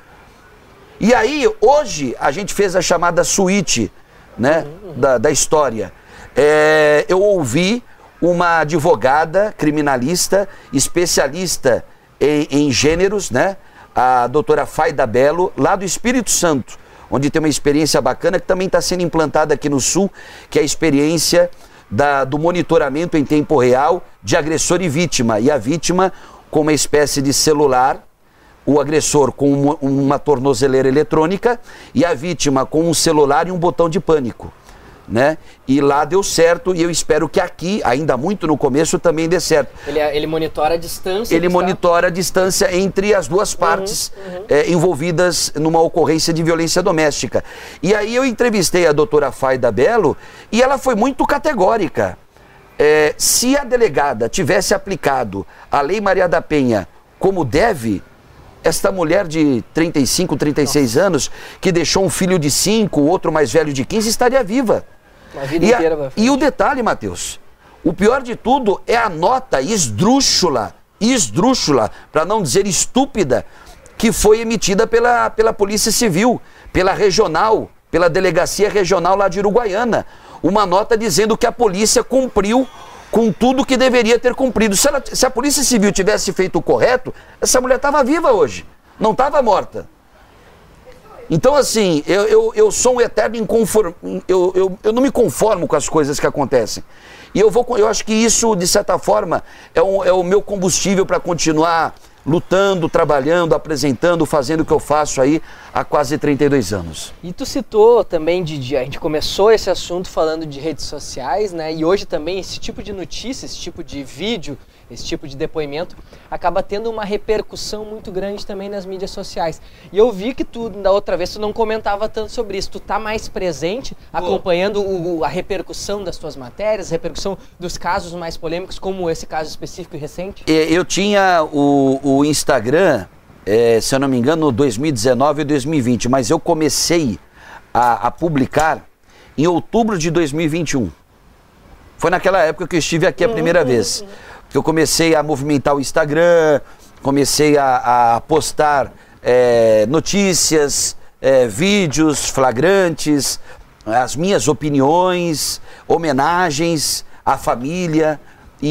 E aí, hoje, a gente fez a chamada suíte, né, da, da história. É, eu ouvi uma advogada criminalista, especialista em, em gêneros, né, a doutora Faida Bello, lá do Espírito Santo, onde tem uma experiência bacana que também está sendo implantada aqui no Sul, que é a experiência da, do monitoramento em tempo real de agressor e vítima. E a vítima com uma espécie de celular, o agressor com uma, uma tornozeleira eletrônica e a vítima com um celular e um botão de pânico, né? E lá deu certo e eu espero que aqui, ainda muito no começo, também dê certo. Ele, ele monitora a distância. Ele monitora a distância entre as duas partes uhum, uhum. É, envolvidas numa ocorrência de violência doméstica. E aí eu entrevistei a doutora Faida Bello e ela foi muito categórica. É, se a delegada tivesse aplicado a Lei Maria da Penha como deve, esta mulher de trinta e cinco, trinta e seis Nossa. Anos, que deixou um filho de cinco, outro mais velho de quinze, estaria viva. A vida e, inteira vai e o detalhe, Matheus, o pior de tudo é a nota esdrúxula, esdrúxula, para não dizer estúpida, que foi emitida pela, pela Polícia Civil, pela regional, pela Delegacia Regional lá de Uruguaiana. Uma nota dizendo que a polícia cumpriu com tudo que deveria ter cumprido. Se, ela, se a Polícia Civil tivesse feito o correto, essa mulher estava viva hoje, não estava morta. Então, assim, eu, eu, eu sou um eterno inconform... Eu, eu, eu não me conformo com as coisas que acontecem. E eu, vou, eu acho que isso, de certa forma, é, um, é o meu combustível para continuar lutando, trabalhando, apresentando, fazendo o que eu faço aí há quase trinta e dois anos. E tu citou também, de, de, a gente começou esse assunto falando de redes sociais, né? E hoje também esse tipo de notícia, esse tipo de vídeo, esse tipo de depoimento acaba tendo uma repercussão muito grande também nas mídias sociais. E eu vi que tu, da outra vez, tu não comentava tanto sobre isso. Tu tá mais presente, acompanhando o, a repercussão das tuas matérias, a repercussão dos casos mais polêmicos, como esse caso específico e recente? Eu tinha o, o Instagram, é, se eu não me engano, dois mil e dezenove e dois mil e vinte, mas eu comecei a, a publicar em outubro de dois mil e vinte e um. Foi naquela época que eu estive aqui a primeira uhum, vez. Uhum. Que eu comecei a movimentar o Instagram, comecei a, a postar é, notícias, é, vídeos flagrantes, as minhas opiniões, homenagens à família.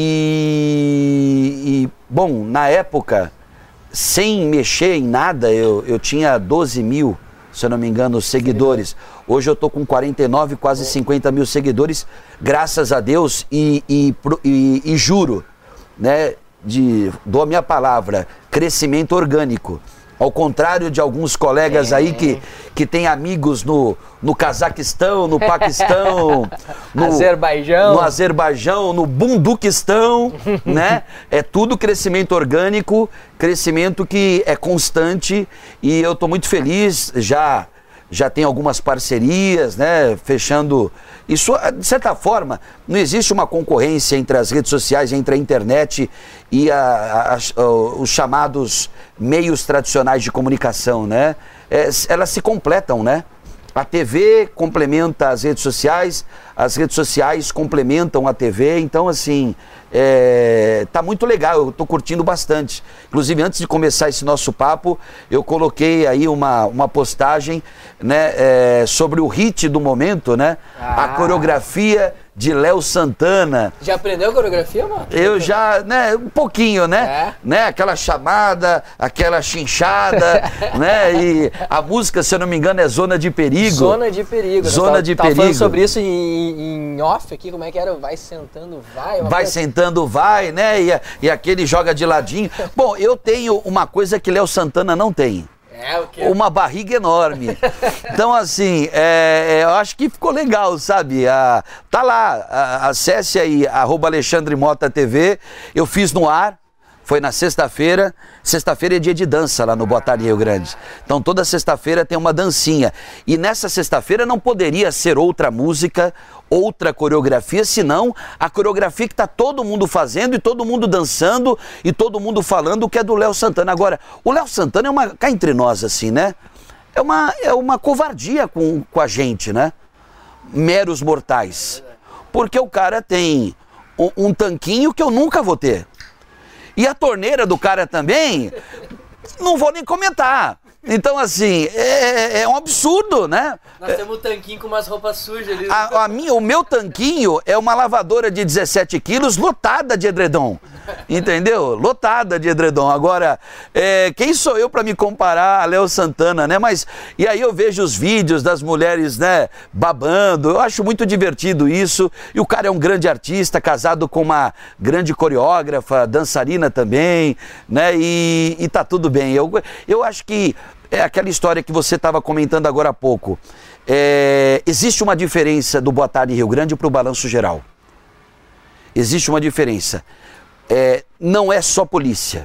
E, e bom, na época, sem mexer em nada, eu, eu tinha doze mil, se eu não me engano, seguidores. Hoje eu tô com quarenta e nove, quase cinquenta mil seguidores, graças a Deus, e, e, e, e juro, né, de, dou a minha palavra, crescimento orgânico. Ao contrário de alguns colegas é. aí que, que têm amigos no, no Cazaquistão, no Paquistão, no Azerbaijão, no, Azerbaijão, no Bunduquistão, né? É tudo crescimento orgânico, crescimento que é constante, e eu estou muito feliz, já... Já tem algumas parcerias, né, fechando. Isso, de certa forma, não existe uma concorrência entre as redes sociais, entre a internet e a, a, a, os chamados meios tradicionais de comunicação, né? É, elas se completam, né? A T V complementa as redes sociais, as redes sociais complementam a T V, então assim, é, tá muito legal, eu tô curtindo bastante. Inclusive, antes de começar esse nosso papo, eu coloquei aí uma, uma postagem, né, é, sobre o hit do momento, né? Ah. A coreografia de Léo Santana. Já aprendeu a coreografia, mano? Eu já, né, um pouquinho, né? É? né? Aquela chamada, aquela chinchada, né? E a música, se eu não me engano, é Zona de Perigo. Zona de Perigo. Zona tava, de tava Perigo. Falando sobre isso em, em off aqui, como é que era? Vai sentando, vai. Vai coisa... sentando, vai, né? E, e aquele joga de ladinho. Bom, eu tenho uma coisa que Léo Santana não tem. É, o quê? Uma barriga enorme. Então, assim, é, eu acho que ficou legal, sabe? Ah, tá lá, ah, acesse aí, arroba Alexandre Mota T V. Eu fiz no ar, foi na sexta-feira. Sexta-feira é dia de dança lá no Boa Tarde Rio Grande. Então, toda sexta-feira tem uma dancinha. E nessa sexta-feira não poderia ser outra música, outra coreografia, senão a coreografia que está todo mundo fazendo e todo mundo dançando e todo mundo falando, que é do Léo Santana. Agora, o Léo Santana é uma, cá entre nós assim, né? É uma, é uma covardia com, com a gente, né? Meros mortais. Porque o cara tem um, um tanquinho que eu nunca vou ter. E a torneira do cara também, não vou nem comentar. Então, assim, é, é um absurdo, né? Nós temos um tanquinho com umas roupas sujas ali. A, a minha, o meu tanquinho é uma lavadora de dezessete quilos lotada de edredom. Entendeu? Lotada de edredom. Agora, é, quem sou eu para me comparar a Léo Santana, né? Mas, e aí eu vejo os vídeos das mulheres, né, babando. Eu acho muito divertido isso. E o cara é um grande artista, casado com uma grande coreógrafa, dançarina também, né? E, e tá tudo bem. Eu, eu acho que é aquela história que você estava comentando agora há pouco. É, existe uma diferença do Boa Tarde Rio Grande para o Balanço Geral. Existe uma diferença. É, não é só polícia.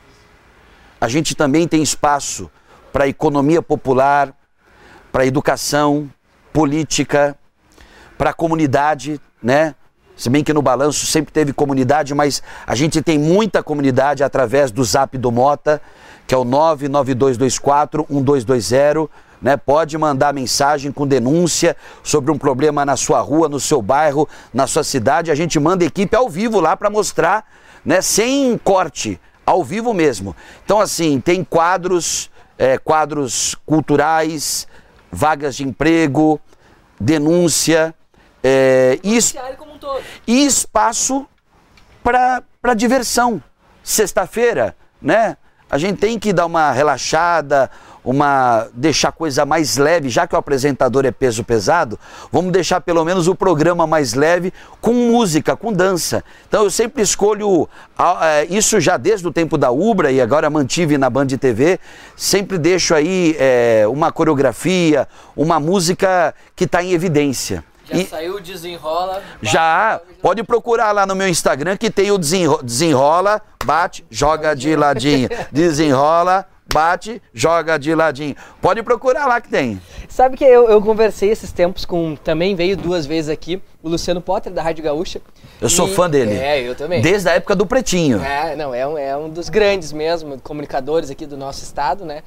A gente também tem espaço para economia popular, para educação, política, para a comunidade, né? Se bem que no Balanço sempre teve comunidade, mas a gente tem muita comunidade através do Zap do Mota, que é o nove nove dois dois quatro um dois dois zero, né? Pode mandar mensagem com denúncia sobre um problema na sua rua, no seu bairro, na sua cidade. A gente manda equipe ao vivo lá para mostrar, né? Sem corte, ao vivo mesmo. Então, assim, tem quadros, é, quadros culturais, vagas de emprego, denúncia, é, e, como um todo. E espaço para diversão. Sexta-feira, né? A gente tem que dar uma relaxada, uma deixar a coisa mais leve, já que o apresentador é peso pesado, vamos deixar pelo menos o programa mais leve com música, com dança. Então eu sempre escolho, é, isso já desde o tempo da Ubra e agora mantive na Band T V, sempre deixo aí é, uma coreografia, uma música que está em evidência. Já e saiu o Desenrola? Bate, já, pode procurar lá no meu Instagram que tem o Desenrola, desenrola bate, joga de ladinho. Desenrola, bate, joga de ladinho. Pode procurar lá que tem. Sabe que eu, eu conversei esses tempos com, também veio duas vezes aqui, o Luciano Potter da Rádio Gaúcha. Eu sou e, fã dele. É, eu também. Desde a época do Pretinho. É, não, é um, é um dos grandes mesmo, comunicadores aqui do nosso estado, né?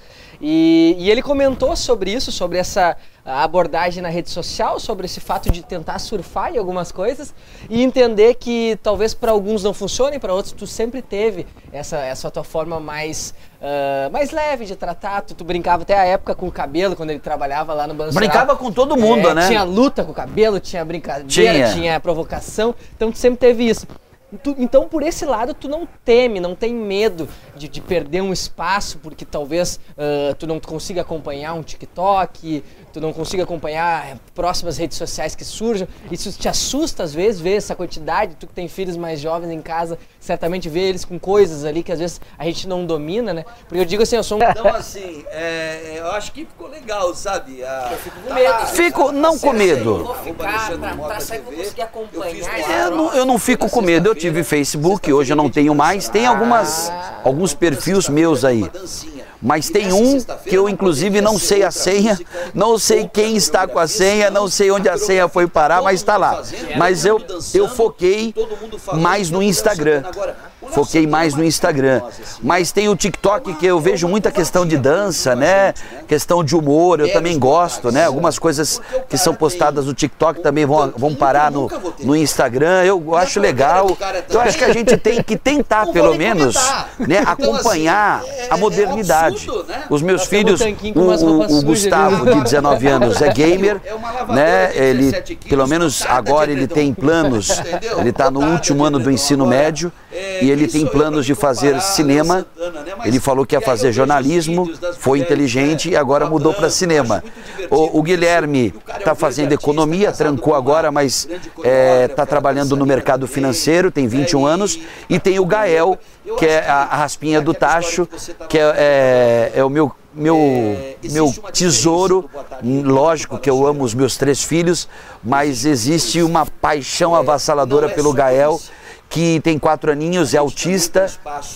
E, e ele comentou sobre isso, sobre essa abordagem na rede social, sobre esse fato de tentar surfar em algumas coisas e entender que talvez para alguns não funcione, para outros tu sempre teve essa, essa tua forma mais, uh, mais leve de tratar. Tu, tu brincava até a época com o cabelo, quando ele trabalhava lá no Balanço Brincava Geral. com todo mundo, é, né? Tinha luta com o cabelo, tinha brincadeira, tinha, tinha provocação, então tu sempre teve isso. Tu, então, por esse lado, tu não teme, não tem medo de, de perder um espaço, porque talvez uh, tu não consiga acompanhar um TikTok, tu não consiga acompanhar próximas redes sociais que surjam. Isso te assusta às vezes, ver essa quantidade. Tu que tem filhos mais jovens em casa, certamente vê eles com coisas ali que às vezes a gente não domina, né? Porque eu digo assim, eu sou um... Então, assim, é, eu acho que ficou legal, sabe? A... Eu fico com medo. Fico, não com medo. Vou ficar, pra, pra sair, vou conseguir acompanhar. Eu não, eu não fico com medo. Eu tive Facebook, hoje eu não tenho mais. Tem algumas, alguns perfis meus aí. Mas tem um que eu inclusive não sei a senha, não sei quem está com a senha, não sei onde a senha foi parar, mas está lá. Mas eu, eu foquei mais no Instagram. Foquei mais no Instagram. Mas tem o TikTok, que eu vejo muita questão de dança, né? Questão de humor, eu também gosto, né? Algumas coisas que são postadas no TikTok também vão, vão parar no, no Instagram. Eu acho legal. Eu acho que a gente tem que tentar, pelo menos, né, acompanhar a modernidade. Os meus filhos, o, o, o Gustavo, de dezenove anos, é gamer, né? Ele, pelo menos agora, ele tem planos, ele está no último ano do ensino médio, e ele tem planos de fazer cinema. Ele falou que ia fazer jornalismo, foi inteligente e agora mudou para cinema. O, o Guilherme está fazendo economia, trancou agora, mas está é, trabalhando no mercado financeiro, tem vinte e um anos. E tem o Gael, que é a, a raspinha do tacho, que é, é, é o meu... Meu, meu tesouro. Lógico que eu amo os meus três filhos, mas existe uma paixão avassaladora pelo Gael, que tem quatro aninhos, é autista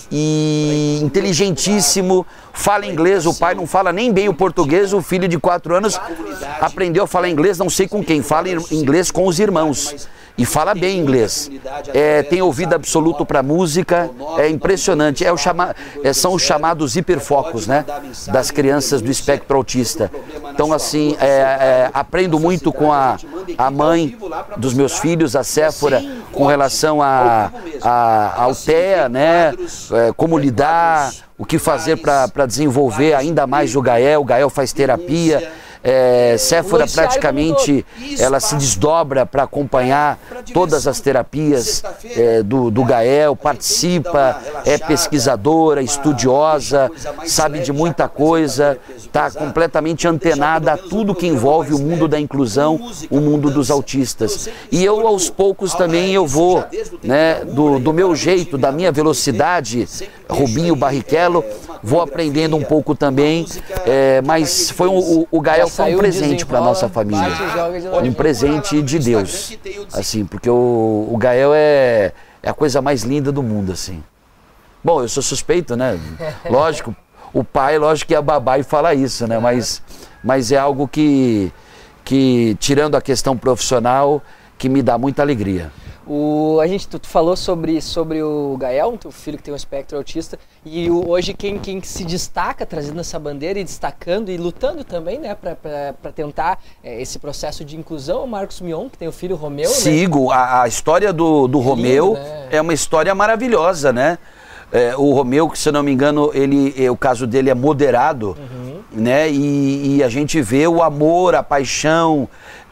e inteligentíssimo, fala inglês. O pai não fala nem bem o português, o filho de quatro anos aprendeu a falar inglês, não sei com quem, fala inglês com os irmãos. E fala bem inglês, é, tem ouvido absoluto para música, é impressionante, é o chama, é, são os chamados hiperfocos, né, das crianças do espectro autista. Então, assim, é, é, aprendo muito com a, a mãe dos meus filhos, a Séfora, com relação a, a, a Altea, né, é, como lidar, o que fazer para desenvolver ainda mais o Gael. O Gael faz terapia. É, Séfora praticamente ela se desdobra para acompanhar todas as terapias é, do, do Gael, participa, é pesquisadora, estudiosa, sabe de muita coisa, está completamente antenada a tudo que envolve o mundo da inclusão, o mundo dos autistas. E eu aos poucos também eu vou, né, do, do meu jeito, da minha velocidade, Rubinho Barrichello, vou aprendendo um pouco também, é, mas foi um, o, o Gael foi um presente para nossa família, um presente de Deus, assim, porque o, o Gael é, é a coisa mais linda do mundo, assim. Bom, eu sou suspeito, né? Lógico, o pai, lógico que é babá e fala isso, né? Mas, mas é algo que, que, tirando a questão profissional, que me dá muita alegria. O, a gente, tu, tu falou sobre, sobre o Gael, teu filho que tem um espectro autista, e o, hoje quem, quem se destaca trazendo essa bandeira e destacando e lutando também, né, para tentar é, esse processo de inclusão, é o Marcos Mion, que tem o filho Romeu. Sigo, né? a, a história do, do é Romeu lindo, né? É uma história maravilhosa, né? É, o Romeu, que se eu não me engano, ele, é, o caso dele é moderado, uhum. né? E, e a gente vê o amor, a paixão,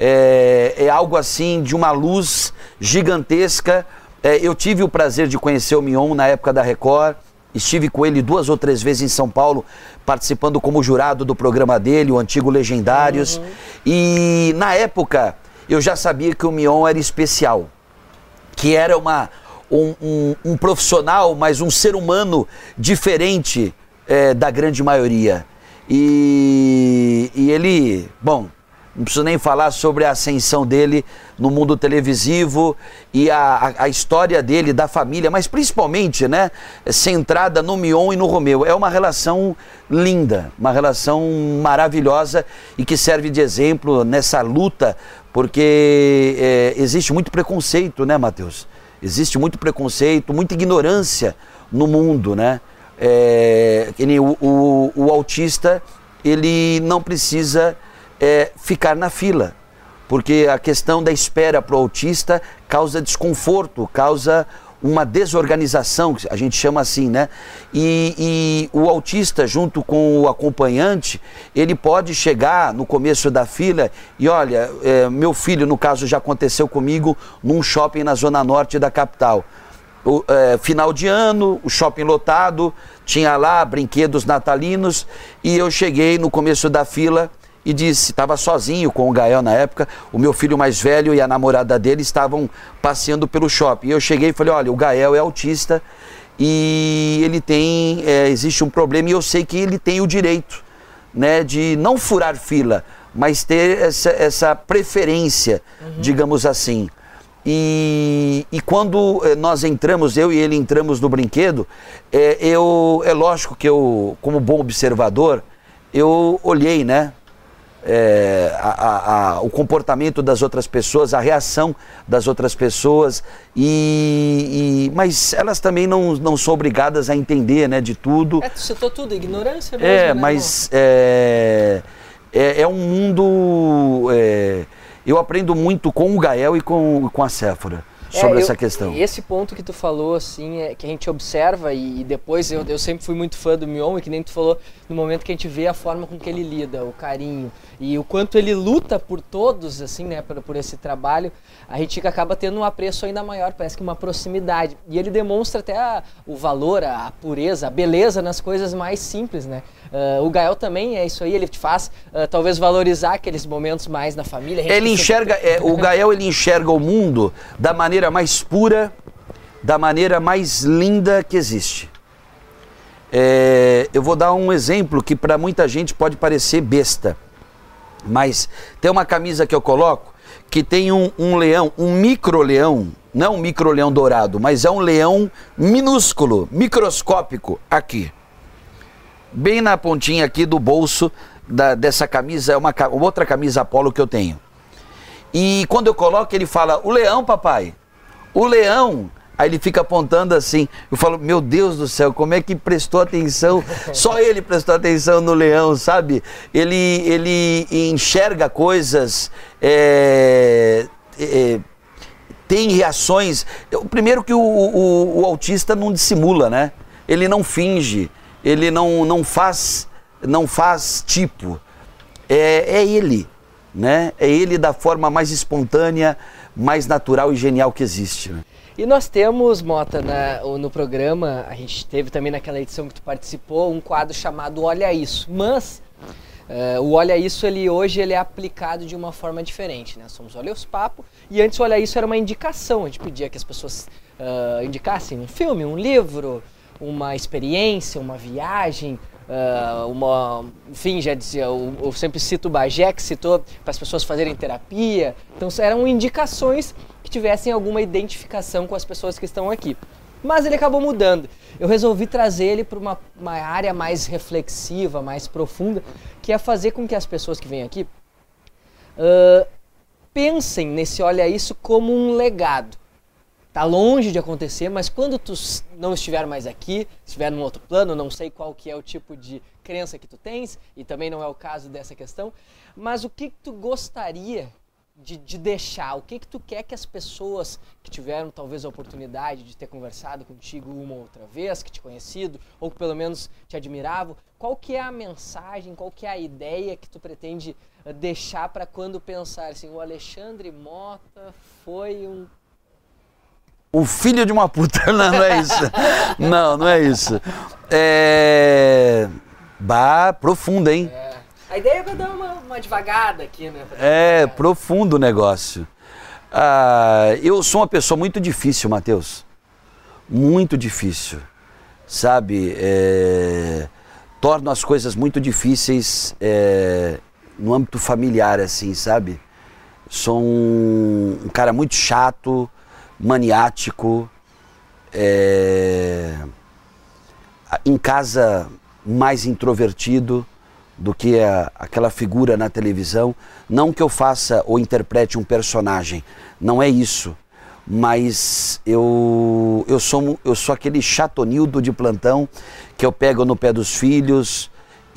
é, é algo assim de uma luz gigantesca. É, eu tive o prazer de conhecer o Mion na época da Record, estive com ele duas ou três vezes em São Paulo participando como jurado do programa dele, o antigo Legendários. Uhum. E na época eu já sabia que o Mion era especial, que era uma, um, um, um profissional, mas um ser humano diferente é, da grande maioria. E, e ele, bom, não preciso nem falar sobre a ascensão dele no mundo televisivo e a, a, a história dele, da família, mas principalmente, né, centrada no Mion e no Romeu. É uma relação linda, uma relação maravilhosa e que serve de exemplo nessa luta, porque é, existe muito preconceito, né, Matheus? Existe muito preconceito, muita ignorância no mundo, né? É, o, o, o autista, ele não precisa é, ficar na fila, porque a questão da espera para o autista causa desconforto, causa uma desorganização, a gente chama assim, né? E, e o autista, junto com o acompanhante, ele pode chegar no começo da fila e, olha, é, meu filho, no caso, já aconteceu comigo num shopping na zona norte da capital. O, é, final de ano, o shopping lotado, tinha lá brinquedos natalinos e eu cheguei no começo da fila e disse, estava sozinho com o Gael na época, o meu filho mais velho e a namorada dele estavam passeando pelo shopping. E eu cheguei e falei, olha, o Gael é autista e ele tem, é, existe um problema e eu sei que ele tem o direito, né, de não furar fila, mas ter essa, essa preferência, uhum. digamos assim. E, e quando nós entramos, eu e ele entramos no brinquedo, é, eu, é lógico que eu, como bom observador, eu olhei, né? É, a, a, a, o comportamento das outras pessoas, a reação das outras pessoas, e, e, mas elas também não, não são obrigadas a entender, né, de tudo. É, tu citou tudo, ignorância mesmo, É, né, mas é, é, é um mundo... É, eu aprendo muito com o Gael e com, com a Séfora sobre é, eu, essa questão. Esse ponto que tu falou, assim, é que a gente observa e depois eu, eu sempre fui muito fã do Mion e que nem tu falou, no momento que a gente vê a forma com que ele lida, o carinho e o quanto ele luta por todos, assim, né, por, por esse trabalho, a gente acaba tendo um apreço ainda maior, parece que uma proximidade. E ele demonstra até a, o valor, a, a pureza, a beleza nas coisas mais simples, né? Uh, o Gael também é isso aí, ele te faz uh, talvez valorizar aqueles momentos mais na família. Ele enxerga, é, o Gael ele enxerga o mundo da maneira mais pura, da maneira mais linda que existe. É, eu vou dar um exemplo que para muita gente pode parecer besta, mas tem uma camisa que eu coloco que tem um, um leão, um micro-leão, não um micro-leão dourado, mas é um leão minúsculo, microscópico aqui. Bem na pontinha aqui do bolso da, dessa camisa, é uma outra camisa Apollo que eu tenho. E quando eu coloco, ele fala, o leão, papai, o leão. Aí ele fica apontando assim, eu falo, meu Deus do céu, como é que prestou atenção, só ele prestou atenção no leão, sabe? Ele, ele enxerga coisas, é, é, tem reações. Eu, primeiro que o, o, o autista não dissimula, né? Ele não finge. Ele não, não, faz, não faz tipo, é, é ele, né? É ele da forma mais espontânea, mais natural e genial que existe. Né? E nós temos, Mota, na, no programa, a gente teve também naquela edição que tu participou, um quadro chamado Olha Isso, mas uh, o Olha Isso, ele, hoje, ele é aplicado de uma forma diferente, né? Somos Olha os Papo, e antes o Olha Isso era uma indicação, a gente pedia que as pessoas uh, indicassem um filme, um livro, uma experiência, uma viagem, uh, uma, enfim, já dizia, eu, eu sempre cito o Bagé, que citou para as pessoas fazerem terapia, então eram indicações que tivessem alguma identificação com as pessoas que estão aqui. Mas ele acabou mudando. Eu resolvi trazer ele para uma, uma área mais reflexiva, mais profunda, que é fazer com que as pessoas que vêm aqui uh, pensem nesse Olha Isso como um legado. Tá longe de acontecer, mas quando tu não estiver mais aqui, estiver num outro plano, não sei qual que é o tipo de crença que tu tens, e também não é o caso dessa questão, mas o que, que tu gostaria de, de deixar, o que, que tu quer que as pessoas que tiveram talvez a oportunidade de ter conversado contigo uma ou outra vez, que te conhecido, ou que pelo menos te admiravam, qual que é a mensagem, qual que é a ideia que tu pretende deixar para quando pensar assim, o Alexandre Mota foi um o filho de uma puta, não, não é isso. Não, não é isso. É... Bah, profundo, hein? É. A ideia é pra dar uma, uma devagada aqui, né? É, profundo o negócio. Ah, eu sou uma pessoa muito difícil, Matheus. Muito difícil. Sabe? É, torno as coisas muito difíceis é, no âmbito familiar, assim, sabe? Sou um, um cara muito chato, maniático. É, em casa, mais introvertido do que a, aquela figura na televisão. Não que eu faça ou interprete um personagem, não é isso. Mas eu, eu, sou, eu sou aquele chatonildo de plantão que eu pego no pé dos filhos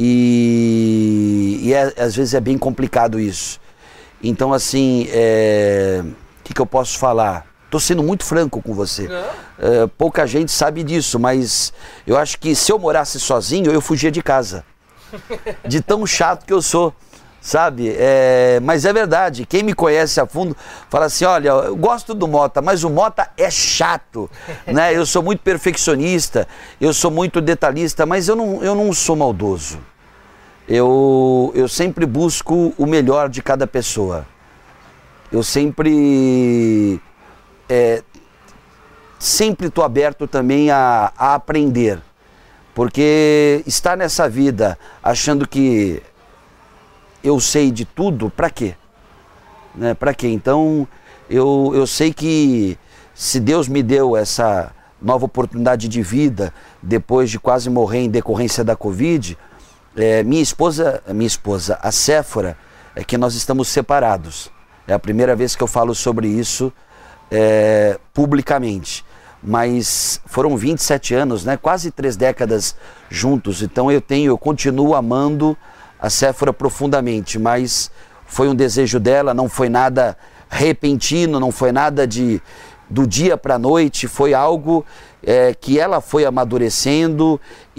e, e é, às vezes é bem complicado isso. Então, assim, é, o que, que eu posso falar? Estou sendo muito franco com você. É, pouca gente sabe disso, mas eu acho que se eu morasse sozinho, eu fugia de casa. De tão chato que eu sou, sabe? É, mas é verdade, quem me conhece a fundo fala assim, olha, eu gosto do Mota, mas o Mota é chato, né? Eu sou muito perfeccionista, eu sou muito detalhista, mas eu não, eu não sou maldoso. Eu, eu sempre busco o melhor de cada pessoa. Eu sempre... É, sempre estou aberto também a, a aprender. Porque estar nessa vida achando que eu sei de tudo, para quê? Né? Para quê? Então, eu, eu sei que se Deus me deu essa nova oportunidade de vida, depois de quase morrer em decorrência da Covid, é, minha esposa, minha esposa, a Séfora, é que nós estamos separados. É a primeira vez que eu falo sobre isso é, publicamente. Mas foram vinte e sete anos, né? Quase três décadas juntos. Então eu tenho, eu continuo amando a Séfora profundamente, mas foi um desejo dela, não foi nada repentino, não foi nada de do dia para a noite, foi algo é, que ela foi amadurecendo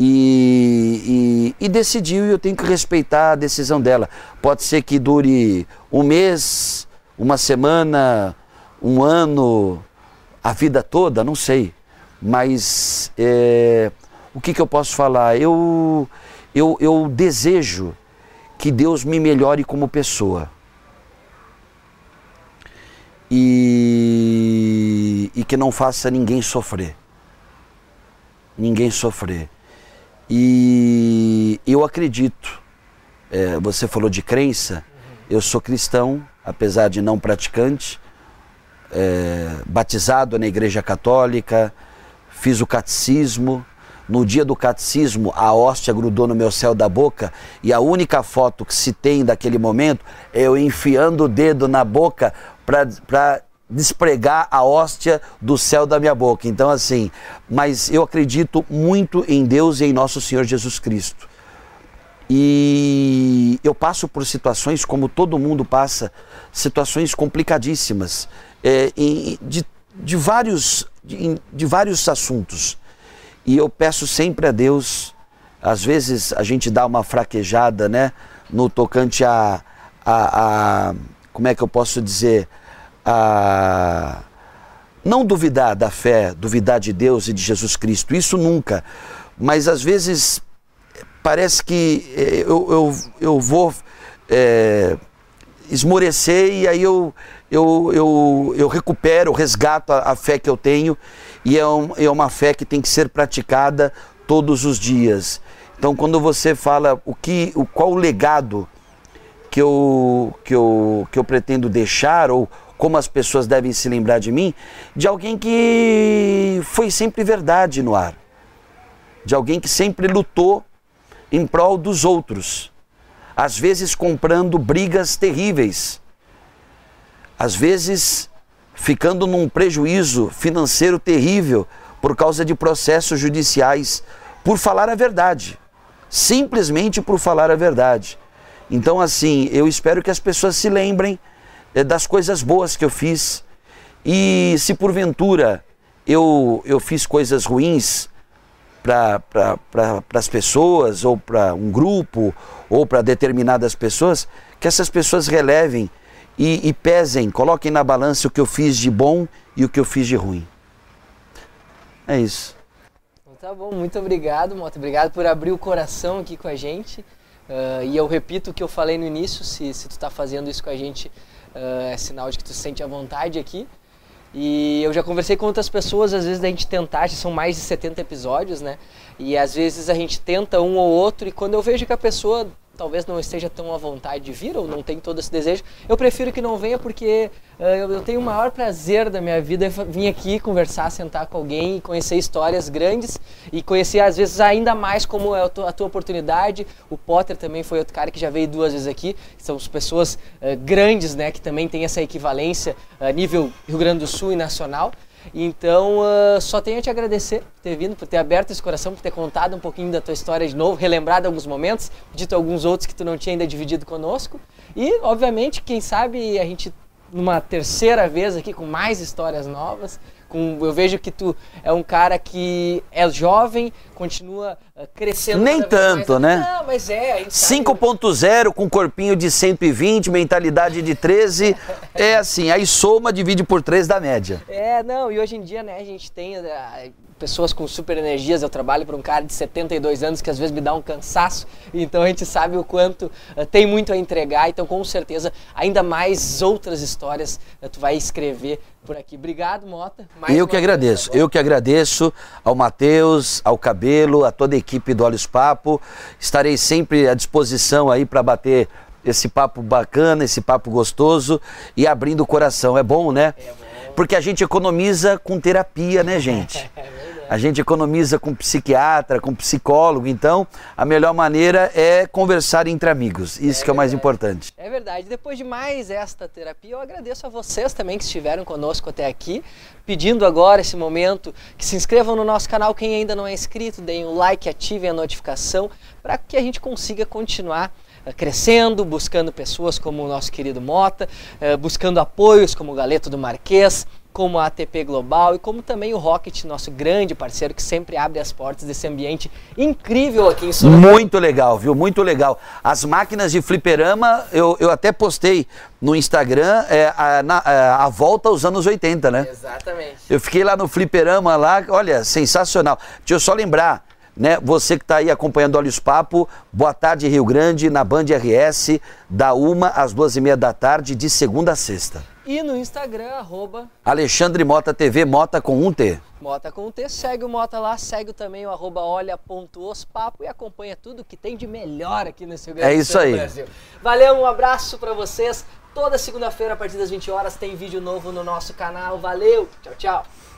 e, e, e decidiu, e eu tenho que respeitar a decisão dela. Pode ser que dure um mês, uma semana, um ano, a vida toda, não sei, mas é, o que, que eu posso falar? Eu, eu, eu desejo que Deus me melhore como pessoa e, e que não faça ninguém sofrer, ninguém sofrer. E eu acredito, é, você falou de crença, eu sou cristão, apesar de não praticante, É, batizado na Igreja Católica, fiz o catecismo. No dia do catecismo, a hóstia grudou no meu céu da boca e a única foto que se tem daquele momento é eu enfiando o dedo na boca para despregar a hóstia do céu da minha boca. Então, assim, mas eu acredito muito em Deus e em nosso Senhor Jesus Cristo. E eu passo por situações, como todo mundo passa, situações complicadíssimas. É, de, de, vários, de, de vários assuntos. E eu peço sempre a Deus, às vezes a gente dá uma fraquejada, né, no tocante a, a, a como é que eu posso dizer, a não duvidar da fé, duvidar de Deus e de Jesus Cristo, isso nunca, mas às vezes parece que eu, eu, eu vou é, esmorecer e aí eu Eu, eu, eu recupero, resgato a, a fé que eu tenho e é, um, é uma fé que tem que ser praticada todos os dias. Então, quando você fala o que, o, qual o legado que eu, que, eu, que eu pretendo deixar ou como as pessoas devem se lembrar de mim, de alguém que foi sempre verdade no ar, de alguém que sempre lutou em prol dos outros, às vezes comprando brigas terríveis, às vezes ficando num prejuízo financeiro terrível por causa de processos judiciais, por falar a verdade, simplesmente por falar a verdade. Então, assim, eu espero que as pessoas se lembrem eh, das coisas boas que eu fiz e se porventura eu, eu fiz coisas ruins para pra, as pessoas ou para um grupo ou para determinadas pessoas, que essas pessoas relevem E, e pesem, coloquem na balança o que eu fiz de bom e o que eu fiz de ruim. É isso. tá bom. Muito obrigado, Mota. Obrigado por abrir o coração aqui com a gente. Uh, e eu repito o que eu falei no início, se, se tu tá fazendo isso com a gente, uh, é sinal de que tu se sente à vontade aqui. E eu já conversei com outras pessoas, às vezes da gente tentar, já são mais de setenta episódios, né? E às vezes a gente tenta um ou outro e quando eu vejo que a pessoa talvez não esteja tão à vontade de vir ou não tem todo esse desejo, eu prefiro que não venha porque uh, eu, eu tenho o maior prazer da minha vida vir aqui conversar, sentar com alguém e conhecer histórias grandes e conhecer às vezes ainda mais como é a tua, a tua oportunidade. O Potter também foi outro cara que já veio duas vezes aqui, são pessoas uh, grandes, né, que também tem essa equivalência a uh, nível Rio Grande do Sul e nacional. Então, uh, só tenho a te agradecer por ter vindo, por ter aberto esse coração, por ter contado um pouquinho da tua história de novo, relembrado alguns momentos, dito alguns outros que tu não tinha ainda dividido conosco. E, obviamente, quem sabe a gente, numa terceira vez aqui, com mais histórias novas, com, eu vejo que tu é um cara que é jovem, continua uh, crescendo. Nem tanto, mais. né? Não, mas é. cinco ponto zero com corpinho de cento e vinte, mentalidade de treze, é assim, aí soma, divide por três da média. É, não, e hoje em dia, né, a gente tem uh, pessoas com super energias. Eu trabalho para um cara de setenta e dois anos que às vezes me dá um cansaço, então a gente sabe o quanto uh, tem muito a entregar, então com certeza ainda mais outras histórias uh, tu vai escrever por aqui. Obrigado, Mota. Mais eu que agradeço, vez, tá eu que agradeço ao Matheus, ao Cabelo, a toda a equipe do Olhos Papo. Estarei sempre à disposição aí para bater esse papo bacana, esse papo gostoso e abrindo o coração. É bom, né? É bom. Porque a gente economiza com terapia, né, gente? A gente economiza com psiquiatra, com psicólogo, então a melhor maneira é conversar entre amigos, isso é que é o mais importante. É verdade, depois de mais esta terapia, eu agradeço a vocês também que estiveram conosco até aqui, pedindo agora esse momento que se inscrevam no nosso canal, quem ainda não é inscrito, deem o like, ativem a notificação, para que a gente consiga continuar crescendo, buscando pessoas como o nosso querido Mota, buscando apoios como o Galeto do Marquês, como a A T P Global e como também o Rocket, nosso grande parceiro que sempre abre as portas desse ambiente incrível aqui em Sorocaba. Muito legal, viu? Muito legal. As máquinas de fliperama, eu, eu até postei no Instagram é, a, na, a, a volta aos anos oitenta, né? Exatamente. Eu fiquei lá no fliperama lá, olha, sensacional. Deixa eu só lembrar, né? Você que está aí acompanhando Olhos Papo, Boa Tarde Rio Grande, na Band R S, da uma às duas e meia da tarde, de segunda a sexta. E no Instagram, arroba... Alexandre Mota T V, Mota com um T. Mota com um T, segue o Mota lá, segue também o arroba olha.ospapo e acompanha tudo que tem de melhor aqui nesse Rio Grande do Sul. É isso aí. Brasil. Valeu, um abraço pra vocês. Toda segunda-feira, a partir das vinte horas, tem vídeo novo no nosso canal. Valeu, tchau, tchau.